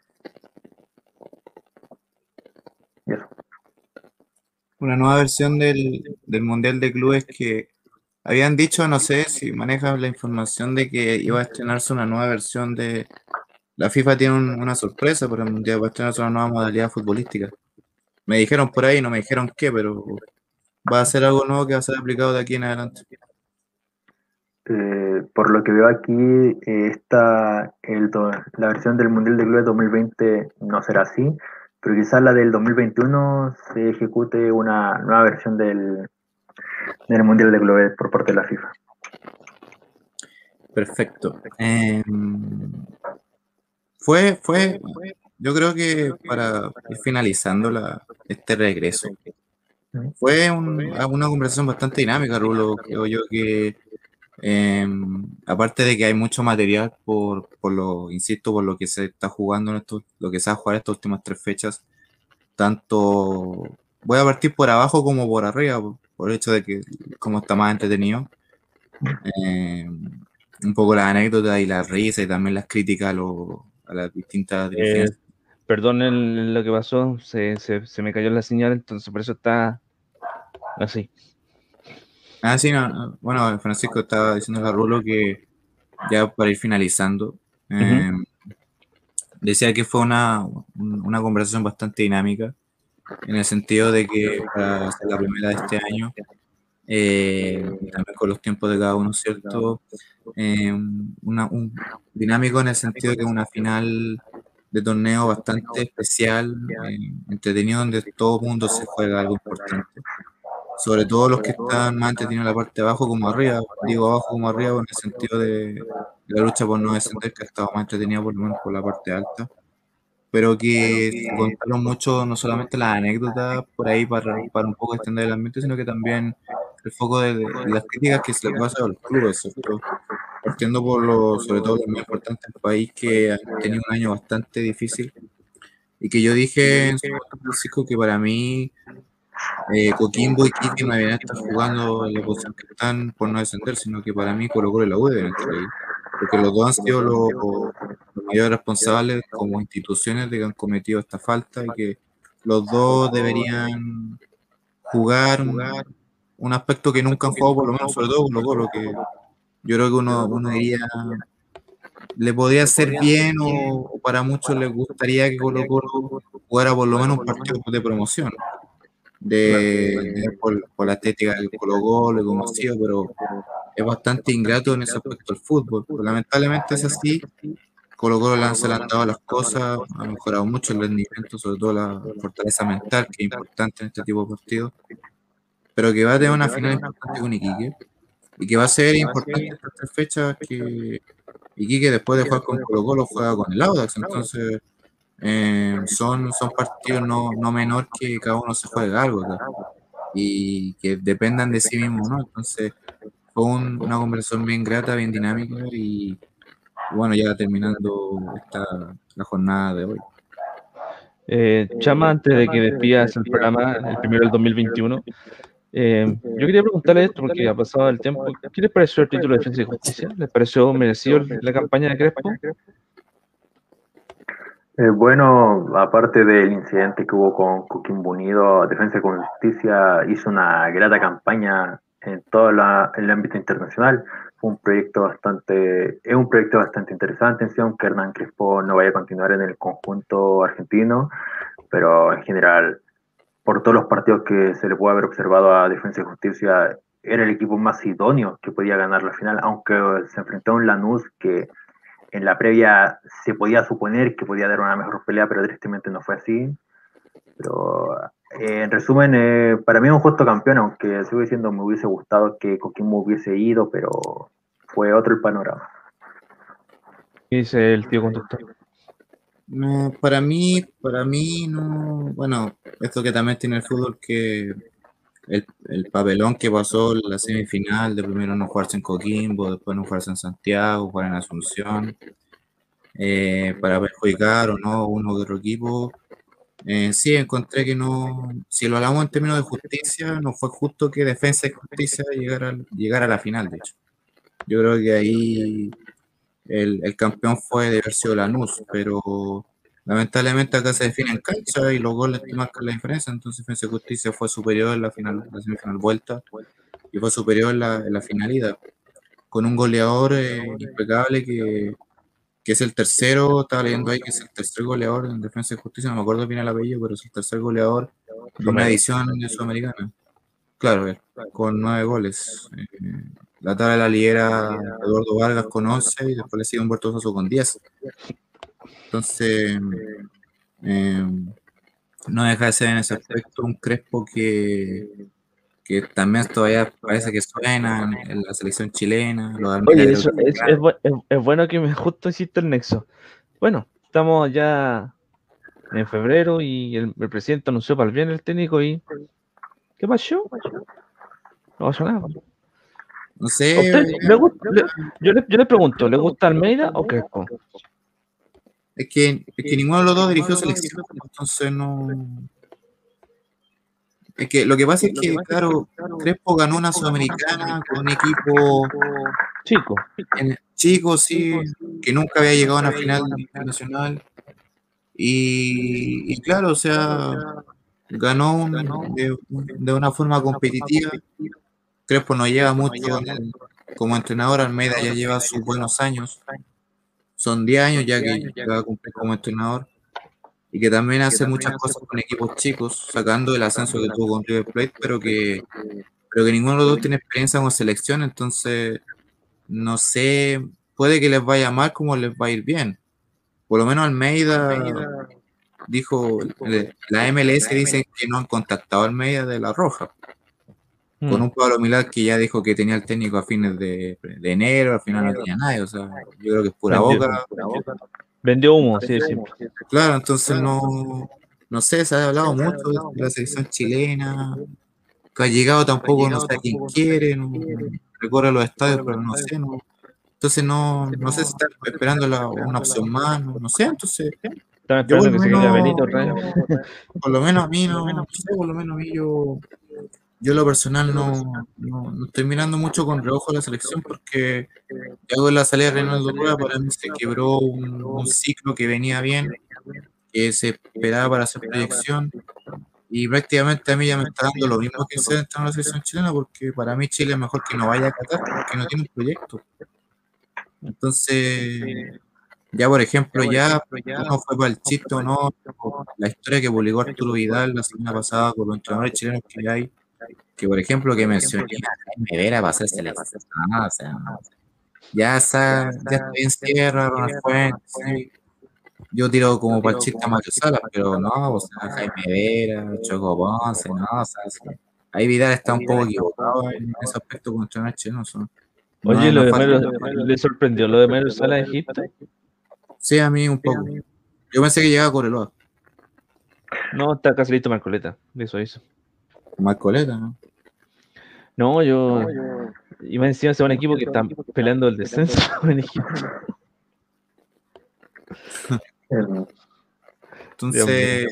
Y eso.
Una nueva versión del, del Mundial de Clubes que habían dicho, no sé si manejas la información de que iba a estrenarse una nueva versión de... La FIFA tiene un- una sorpresa por el Mundial, va a estrenarse una nueva modalidad futbolística. Me dijeron por ahí, no me dijeron qué, pero va a ser algo nuevo que va a ser aplicado de aquí en adelante.
Eh, por lo que veo aquí, eh, esta, el, do- la versión del Mundial de Clubes dos mil veinte no será así, pero quizás la del dos mil veintiuno se ejecute una nueva versión del, del Mundial de Clubes por parte de la FIFA.
Perfecto. Em, fue, fue, yo creo que para ir finalizando la, este regreso,
¿Mm?
fue un- una conversación bastante dinámica, Rulo. Creo yo que, em, aparte de que hay mucho material por, por lo, insisto, por lo que se está jugando en estos, lo que se va a jugar estas últimas tres fechas, tanto voy a partir por abajo como por arriba, por, por el hecho de que como está más entretenido. Em, un poco las anécdotas y las risas y también las críticas a, lo- a las distintas
Eh,
dirigencias.
perdonen lo que pasó, se, se, se me cayó la señal, entonces por eso está así.
Ah, sí, no, no, bueno, Francisco estaba diciendo a Rulo que ya para ir finalizando,
Ujú.
em, decía que fue una, un- una conversación bastante dinámica, en el sentido de que para ser la primera de este año, eh, y también con los tiempos de cada uno, ¿cierto? Eh, una- un dinámico en el sentido de que una final de torneo bastante especial, eh, entretenido, donde todo el mundo se juega algo importante. Sobre todo los que están más entretenidos en la parte de abajo como arriba, digo abajo como arriba en el sentido de la lucha por no descender, que ha estado más entretenida por lo menos por la parte alta, pero que se contaron mucho, no solamente las anécdotas por ahí para, para un poco extender el ambiente, sino que también el foco de, de las críticas que se le pasa a los clubes, ¿cierto? Partiendo por los, sobre todo los más importantes del país que han tenido un año bastante difícil y que yo dije en su momento, Francisco, que para mí eh, Coquimbo y Iquique no deben estar jugando en la posición que están por no descender, sino que para mí Colo Colo y la U deben estar ahí, porque los dos han sido los, los mayores responsables como instituciones de que han cometido esta falta y que los dos deberían jugar un, un aspecto que nunca han jugado, por lo menos sobre todo Colo Colo, que yo creo que uno, uno diría le podría hacer bien o, o para muchos les gustaría que Colo Colo jugara por lo menos un partido de promoción de, de por, por la estética del Colo Colo y como ha sido, pero es bastante ingrato en ese aspecto del fútbol. Pero lamentablemente es así. Colo Colo le han, se le han dado las cosas, ha mejorado mucho el rendimiento, sobre todo la fortaleza mental, que es importante en este tipo de partidos, pero que va a tener una final importante con Iquique y que va a ser importante en estas tres fechas que Iquique después de jugar con Colo Colo juega con el Audax, entonces eh, son, son partidos no, no menor que cada uno se juega algo acá y que dependan de sí mismos, ¿no? Entonces fue un, una conversación bien grata, bien dinámica y bueno, ya terminando esta, la jornada de hoy.
Eh, Chama, antes de que despidas el programa, el primero del dos mil veintiuno, eh, yo quería preguntarle esto porque ha pasado el tiempo. ¿Qué les pareció el título de Defensa y Justicia? ¿Les pareció merecido la campaña de Crespo?
Eh, bueno, aparte del incidente que hubo con Coquimbo Unido, Defensa y Justicia hizo una grata campaña en todo la, el ámbito internacional. Fue un proyecto bastante, es un proyecto bastante interesante, en sí, aunque Hernán Crespo no vaya a continuar en el conjunto argentino, pero en general, por todos los partidos que se le puede haber observado a Defensa y Justicia, era el equipo más idóneo que podía ganar la final, aunque se enfrentó a un Lanús que en la previa se podía suponer que podía dar una mejor pelea, pero tristemente no fue así. Pero eh, en resumen, eh, para mí es un justo campeón, aunque sigo diciendo me hubiese gustado que Coquimbo hubiese ido, pero fue otro el panorama.
¿Qué dice el tío conductor?
No, para mí, para mí no, bueno, esto que también tiene el fútbol que el, el papelón que pasó en la semifinal, de primero no jugarse en Coquimbo, después no jugarse en Santiago, jugar en Asunción, eh, para perjudicar o no uno de otro equipo. Eh, sí, encontré que no, si lo hablamos en términos de justicia, no fue justo que Defensa y Justicia llegara, llegara a la final, de hecho. Yo creo que ahí el, el campeón fue de haber sido Lanús, pero lamentablemente acá se define en cancha y los goles te marcan la diferencia, entonces Defensa y Justicia fue superior en la final, la semifinal vuelta, y fue superior en la, en la finalidad, con un goleador eh, impecable que, que es el tercero, estaba leyendo ahí que es el tercer goleador en Defensa y Justicia, no me acuerdo bien el apellido, pero es el tercer goleador de una edición de Sudamericana. Claro, eh, con nueve goles. Eh, la tabla la lidera Eduardo Vargas con once y después le sigue Humberto Soso con diez. Entonces, eh, no deja de ser en ese aspecto un Crespo que, que también todavía parece que suena en, en la selección chilena.
Oye, eso, es, es, es, es bueno que me justo hiciste el nexo. Bueno, estamos ya en febrero y el, el presidente anunció para el bien el técnico y ¿qué pasó? No pasó nada.
No sé.
¿Le gusta, le, yo, le, yo le pregunto, ¿le gusta Almeida o Crespo?
Es que, es que ninguno de los dos dirigió selección, entonces no. Es que lo que pasa es que, claro, Crespo ganó una Sudamericana con un equipo
chico,
en, chico, sí, que nunca había llegado a una final internacional. Y, y claro, o sea, ganó un, de, de una forma competitiva. Crespo no lleva mucho el, como entrenador, Almeida ya lleva sus buenos años. Son diez años ya que, que va a cumplir como entrenador. Y que también hace muchas cosas con equipos chicos, sacando el ascenso que tuvo con River Plate, pero que, pero que ninguno de los dos tiene experiencia con selección, entonces no sé, puede que les vaya mal como les va a ir bien. Por lo menos Almeida dijo, la M L S dice que no han contactado a Almeida de La Roja, mm. con un Pablo Milad que ya dijo que tenía el técnico a fines de, de enero, al final no tenía nadie, o sea, yo creo que es pura boca.
Vendió humo, así de simple.
Claro, entonces no, no sé, se ha hablado mucho de la selección chilena. que ha llegado tampoco, no sé a quién quiere, no, recorre los estadios, pero no sé, no. Entonces no, no sé si están esperando la, una opción más, no, no sé, entonces
Estaba
yo por
esperando
lo
que se caiga
menos,
Benito otra vez.
por lo menos a mí no, no sé, por lo menos a mí yo, yo en lo personal no, no, no estoy mirando mucho con reojo a la selección porque ya con la salida de Reinaldo Rueda para mí se quebró un, un ciclo que venía bien, que se esperaba para hacer proyección. Y prácticamente a mí ya me está dando lo mismo que se entra en la selección chilena, porque para mí Chile es mejor que no vaya a Qatar, porque no tiene un proyecto. Entonces, ya por ejemplo, ya uno fue para el chiste o no, la historia que publicó Arturo Vidal la semana pasada con los entrenadores chilenos que hay, que por ejemplo que mencioné a Jaime Vera para ser seleccionado, o sea, ya, esa, ya está bien Sierra, Ronald Fuentes, sí. Yo tiro como para el chiste a Mario Salas, pero no, o sea, Jaime Vera, Choco Ponce, no, o sea, sí. Ahí Vidal está un poco equivocado en ese aspecto con entrenar chilenos. No, no,
Oye,
es-
lo
no es
de
fácil.
Mario, ¿le sorprendió lo de Mario Sala de Egipto?
Sí, a mí un poco. Yo pensé que llegaba a Coreloa,
No, está casi listo Marcoleta, de eso hizo.
Marcoleta, ¿no?
No, yo. Y más encima se va un equipo que está peleando el descenso en Egipto.
Eh,
Dios mío.
Entonces,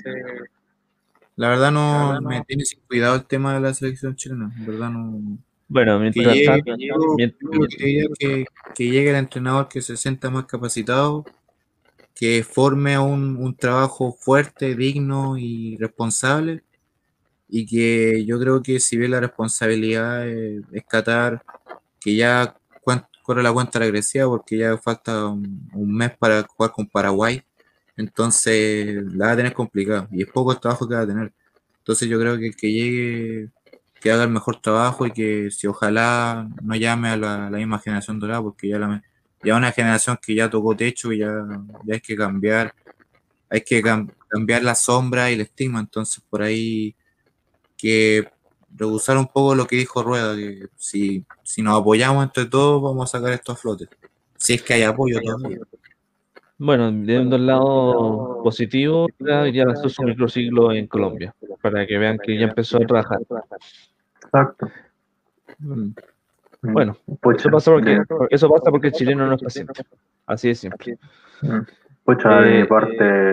la verdad no me tiene sin cuidado el tema de la selección chilena, en verdad no.
Bueno,
Que
mientras
llegue,
tanto,
yo,
mien-
yo lo que te diría es que, que llegue el entrenador que se sienta más capacitado, que forme un, un trabajo fuerte, digno y responsable, y que yo creo que si bien la responsabilidad es, es Qatar, que ya cuan- corre la cuenta regresiva porque ya falta un, un mes para jugar con Paraguay, entonces la va a tener complicada y es poco el trabajo que va a tener. Entonces yo creo que el que llegue, que haga el mejor trabajo y que si ojalá no llame a la, la misma generación dorada, porque ya la ya una generación que ya tocó techo y ya, ya hay que cambiar, hay que cam- cambiar la sombra y el estigma, entonces por ahí que rehusar un poco lo que dijo Rueda, que si, si nos apoyamos entre todos vamos a sacar esto a flote. Si es que hay apoyo todavía.
bueno, viendo el lado positivo, ya ya lanzó su microciclo en Colombia, para que vean que ya empezó a trabajar.
exacto.
Mm.
Mm,
Bueno,
Pucha,
eso pasa porque,
de,
eso pasa porque el chileno no es paciente. Así de simple.
mm, pucha, de mi
Eh,
parte,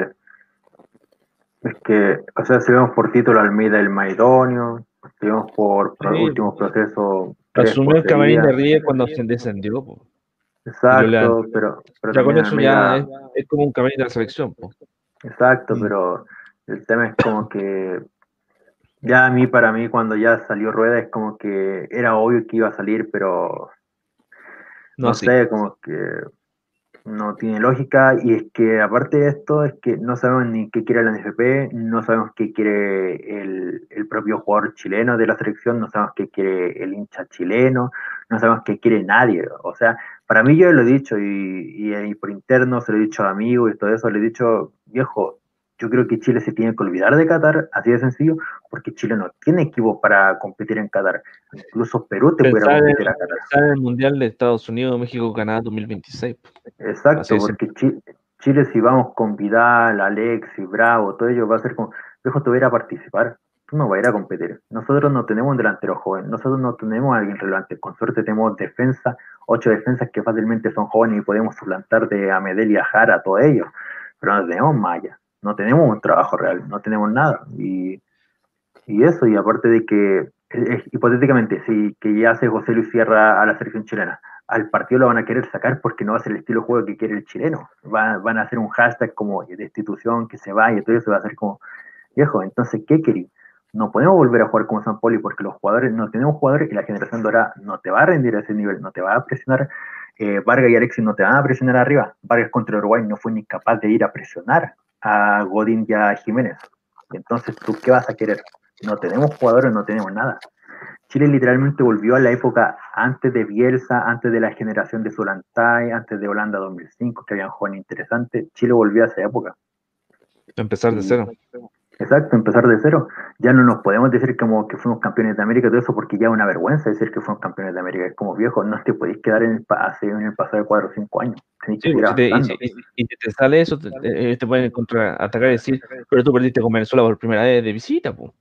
es que, o sea, si vemos por título Almeida el más idóneo, si vemos por, por
sí,
últimos procesos
asumió
Crespo
el camarín de
sería,
Ríos cuando se descendió, po, y lo levantó.
exacto, pero, pero
Ya con
también
eso ya
Almeida,
es, es como un camarín de la selección, po.
exacto,
Mm.
pero el tema es como que ya a mí, para mí, cuando ya salió Rueda, es como que era obvio que iba a salir, pero
No
no
así.
sé, como que no tiene lógica. Y es que aparte de esto, es que no sabemos ni qué quiere la N F P, no sabemos qué quiere el, el propio jugador chileno de la selección, no sabemos qué quiere el hincha chileno, no sabemos qué quiere nadie. O sea, para mí yo lo he dicho y, y, y por interno se lo he dicho a amigos y todo eso, le he dicho, viejo, yo creo que Chile se tiene que olvidar de Qatar, así de sencillo, porque Chile no tiene equipo para competir en Qatar. Incluso Perú te pudiera
Pensar en,
competir a Qatar.
pensar en el Mundial de Estados Unidos, México, Canadá dos mil veintiséis. Así
Exacto,
de simple.
porque Chi- Chile, si vamos con Vidal, Alexis, Bravo, todo ello va a ser como, viejo, te voy a ir a participar, tú no vas a ir a competir. Nosotros no tenemos un delantero joven, nosotros no tenemos a alguien relevante, con suerte tenemos defensa, ocho defensas que fácilmente son jóvenes y podemos suplantar de a Medel y a Jara, todo ello, pero no tenemos malla, no tenemos un trabajo real, no tenemos nada. Y, y eso, y aparte de que, eh, eh, hipotéticamente, si que ya hace José Luis Sierra a la selección chilena, al partido lo van a querer sacar porque no va a ser el estilo de juego que quiere el chileno. Va, van a hacer un hashtag como de destitución, que se vaya, todo eso va a ser como, viejo, entonces, ¿qué querí? No podemos volver a jugar como San Poli porque los jugadores, no tenemos jugadores y la generación dorada no te va a rendir a ese nivel, no te va a presionar. Eh, Vargas y Alexis no te van a presionar arriba. Vargas contra Uruguay no fue ni capaz de ir a presionar a Godín y a Jiménez. Entonces, ¿tú qué vas a querer? No tenemos jugadores, no tenemos nada. Chile literalmente volvió a la época antes de Bielsa, antes de la generación de Solantay, antes de Holanda dos mil cinco, que habían jóvenes interesantes. Chile volvió a esa época.
Empezar de
Y,
cero.
exacto, empezar de cero. Ya no nos podemos decir como que fuimos campeones de América y todo eso, porque ya es una vergüenza decir que fuimos campeones de América. Es como, viejo, no te podéis quedar en el, pase, en el pasado de cuatro o cinco años. Tenéis que
Sí,
seguir
pues, si te, y,
avanzando.
si, y- y si te sale eso, te, te- te pueden contraatacar y decir, pero tú perdiste con Venezuela por primera vez de visita, pues.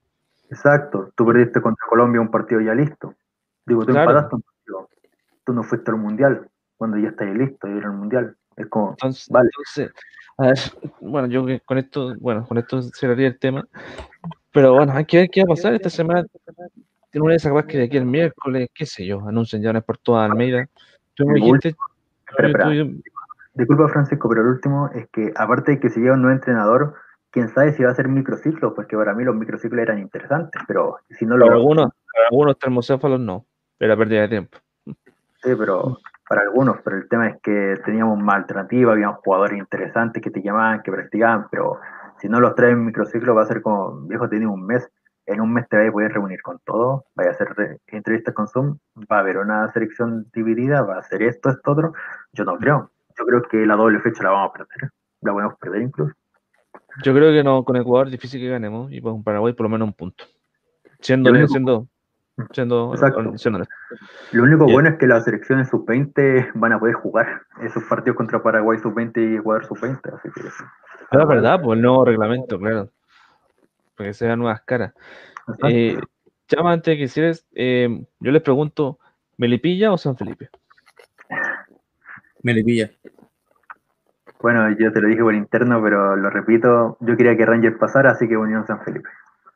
Exacto, tú perdiste contra Colombia un partido ya listo. Digo, tú
Claro,
empataste un partido, tú no fuiste al mundial, cuando ya estás listo, y era el mundial. Es como,
entonces,
vale,
entonces, a ver, bueno, yo que con esto, bueno, con esto cerraría el tema, pero bueno, hay que ver qué va a pasar esta semana. Tiene una de esas capaz que de aquí el miércoles, qué sé yo, anuncian ya una por toda Almeida. Tú me
lo último,
dijiste,
espera,
tú,
espera,
tú-
disculpa Francisco, pero el último es que aparte de que si llega un nuevo entrenador, quién sabe si va a ser microciclos, porque para mí los microciclos eran interesantes, pero si no
para
lo, si
algunos, para algunos termocéfalos no, era pérdida de tiempo.
Sí, pero para algunos, pero el tema es que teníamos más alternativa, había jugadores interesantes que te llamaban, que practicaban, pero si no los traes en microciclo va a ser como, viejo, tienes un mes, en un mes te vas a poder reunir con todo, vaya a hacer re- entrevistas con Zoom, va a haber una selección dividida, va a hacer esto, esto, otro, yo no creo, yo creo que la doble fecha la vamos a perder, la podemos perder incluso.
Yo creo que no, con Ecuador es difícil que ganemos y con Paraguay por lo menos un punto. Siendo,
Lo único,
siendo, siendo,
exacto,
siendo honesto.
lo único
Y-
bueno es que las selecciones sub veinte van a poder jugar esos partidos contra Paraguay sub veinte y Ecuador sub veinte, así que van
Pero
a
es
poder.
verdad, pues el nuevo reglamento, claro, porque se vean nuevas caras.
Exacto.
Eh, Chama, antes de que hicieras, eh, yo les pregunto, ¿Melipilla o San Felipe?
Melipilla.
Bueno, yo te lo dije por interno, pero lo repito, yo quería que Rangers pasara, así que Unión San Felipe.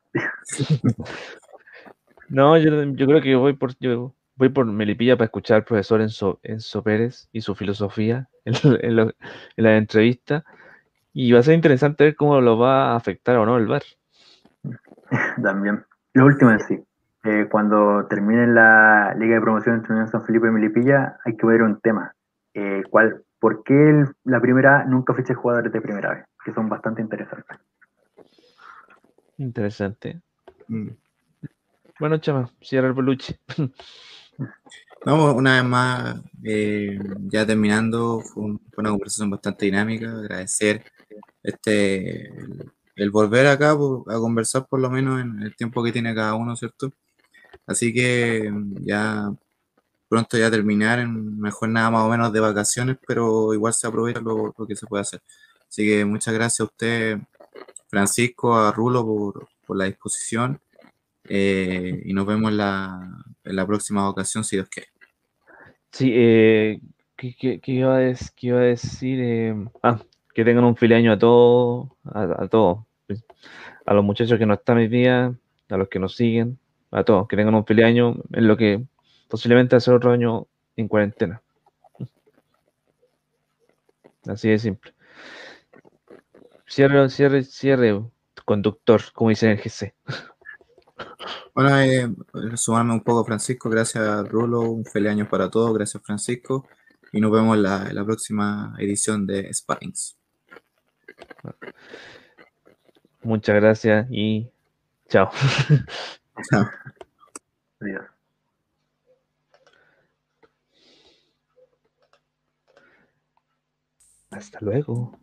No, yo, yo creo que voy por, yo voy por Melipilla para escuchar al profesor Enzo, Enzo Pérez y su filosofía en, en lo- en la entrevista. Y va a ser interesante ver cómo lo va a afectar o no el V A R.
También. Lo último en sí. Eh, cuando termine la Liga de Promoción entre Unión San Felipe y Melipilla, hay que ver un tema. Eh, ¿cuál, ¿Por qué el- la primera nunca ficha jugadores de primera vez? Que son bastante interesantes.
Interesante.
Mm.
Bueno, Chama, cierra el peluche.
Vamos, una vez más, eh, ya terminando, fue, un- fue una conversación bastante dinámica, agradecer este, el, el volver acá po- a conversar por lo menos en el tiempo que tiene cada uno, ¿cierto? Así que mm, ya pronto ya terminar en una jornada más o menos de vacaciones, pero igual se aprovecha lo, lo que se puede hacer. Así que muchas gracias a usted, Francisco, a Rulo por, por la disposición, eh, y nos vemos en la, en la próxima ocasión, si Dios quiere.
Sí, eh, ¿qué, qué- qué iba a des- qué iba a decir? Eh, ah, que tengan un feliz año a todos, a, a todos, pues, a los muchachos que no están hoy día, a los que nos siguen, a todos, que tengan un feliz año en lo que posiblemente hace otro año en cuarentena. Así de simple. Cierre, cierre, cierre, conductor, como dicen en el G C.
Bueno, eh, sumarme un poco, Francisco. Gracias, Rulo. Un feliz año para todos. Gracias, Francisco. Y nos vemos en la, en la próxima edición de Sparrings.
Muchas gracias y chao.
Chao.
Adiós.
Hasta luego.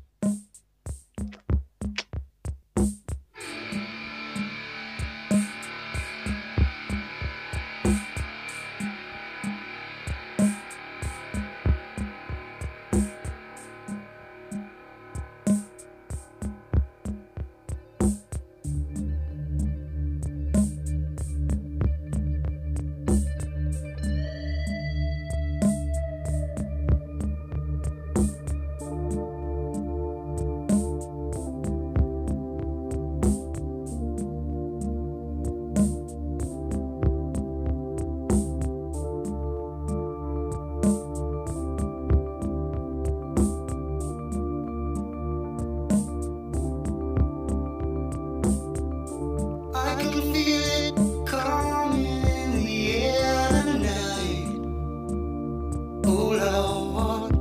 I can feel it coming in the air tonight. Oh Lord,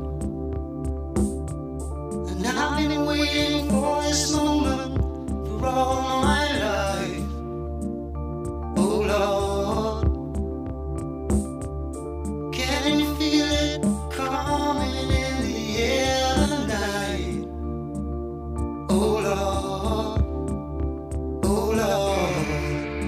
and I've been waiting for this moment for all my life. Oh Lord, can you feel it coming in the air tonight? Oh Lord. Oh Lord.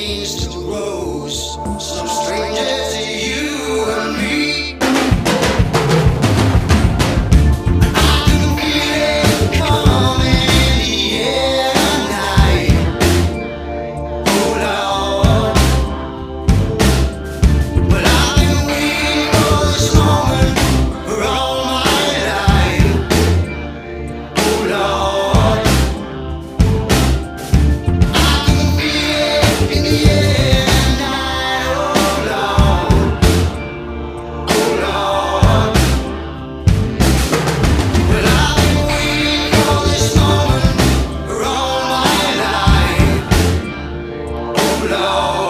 means to rose, some stranger to you and me. I can feel it coming in the air tonight. Oh Lord, well I've been waiting for this moment for all my life. Oh Lord, I can feel it in the air tonight. Oh Lord, oh Lord, well I've been waiting for this moment for all my life. Oh Lord.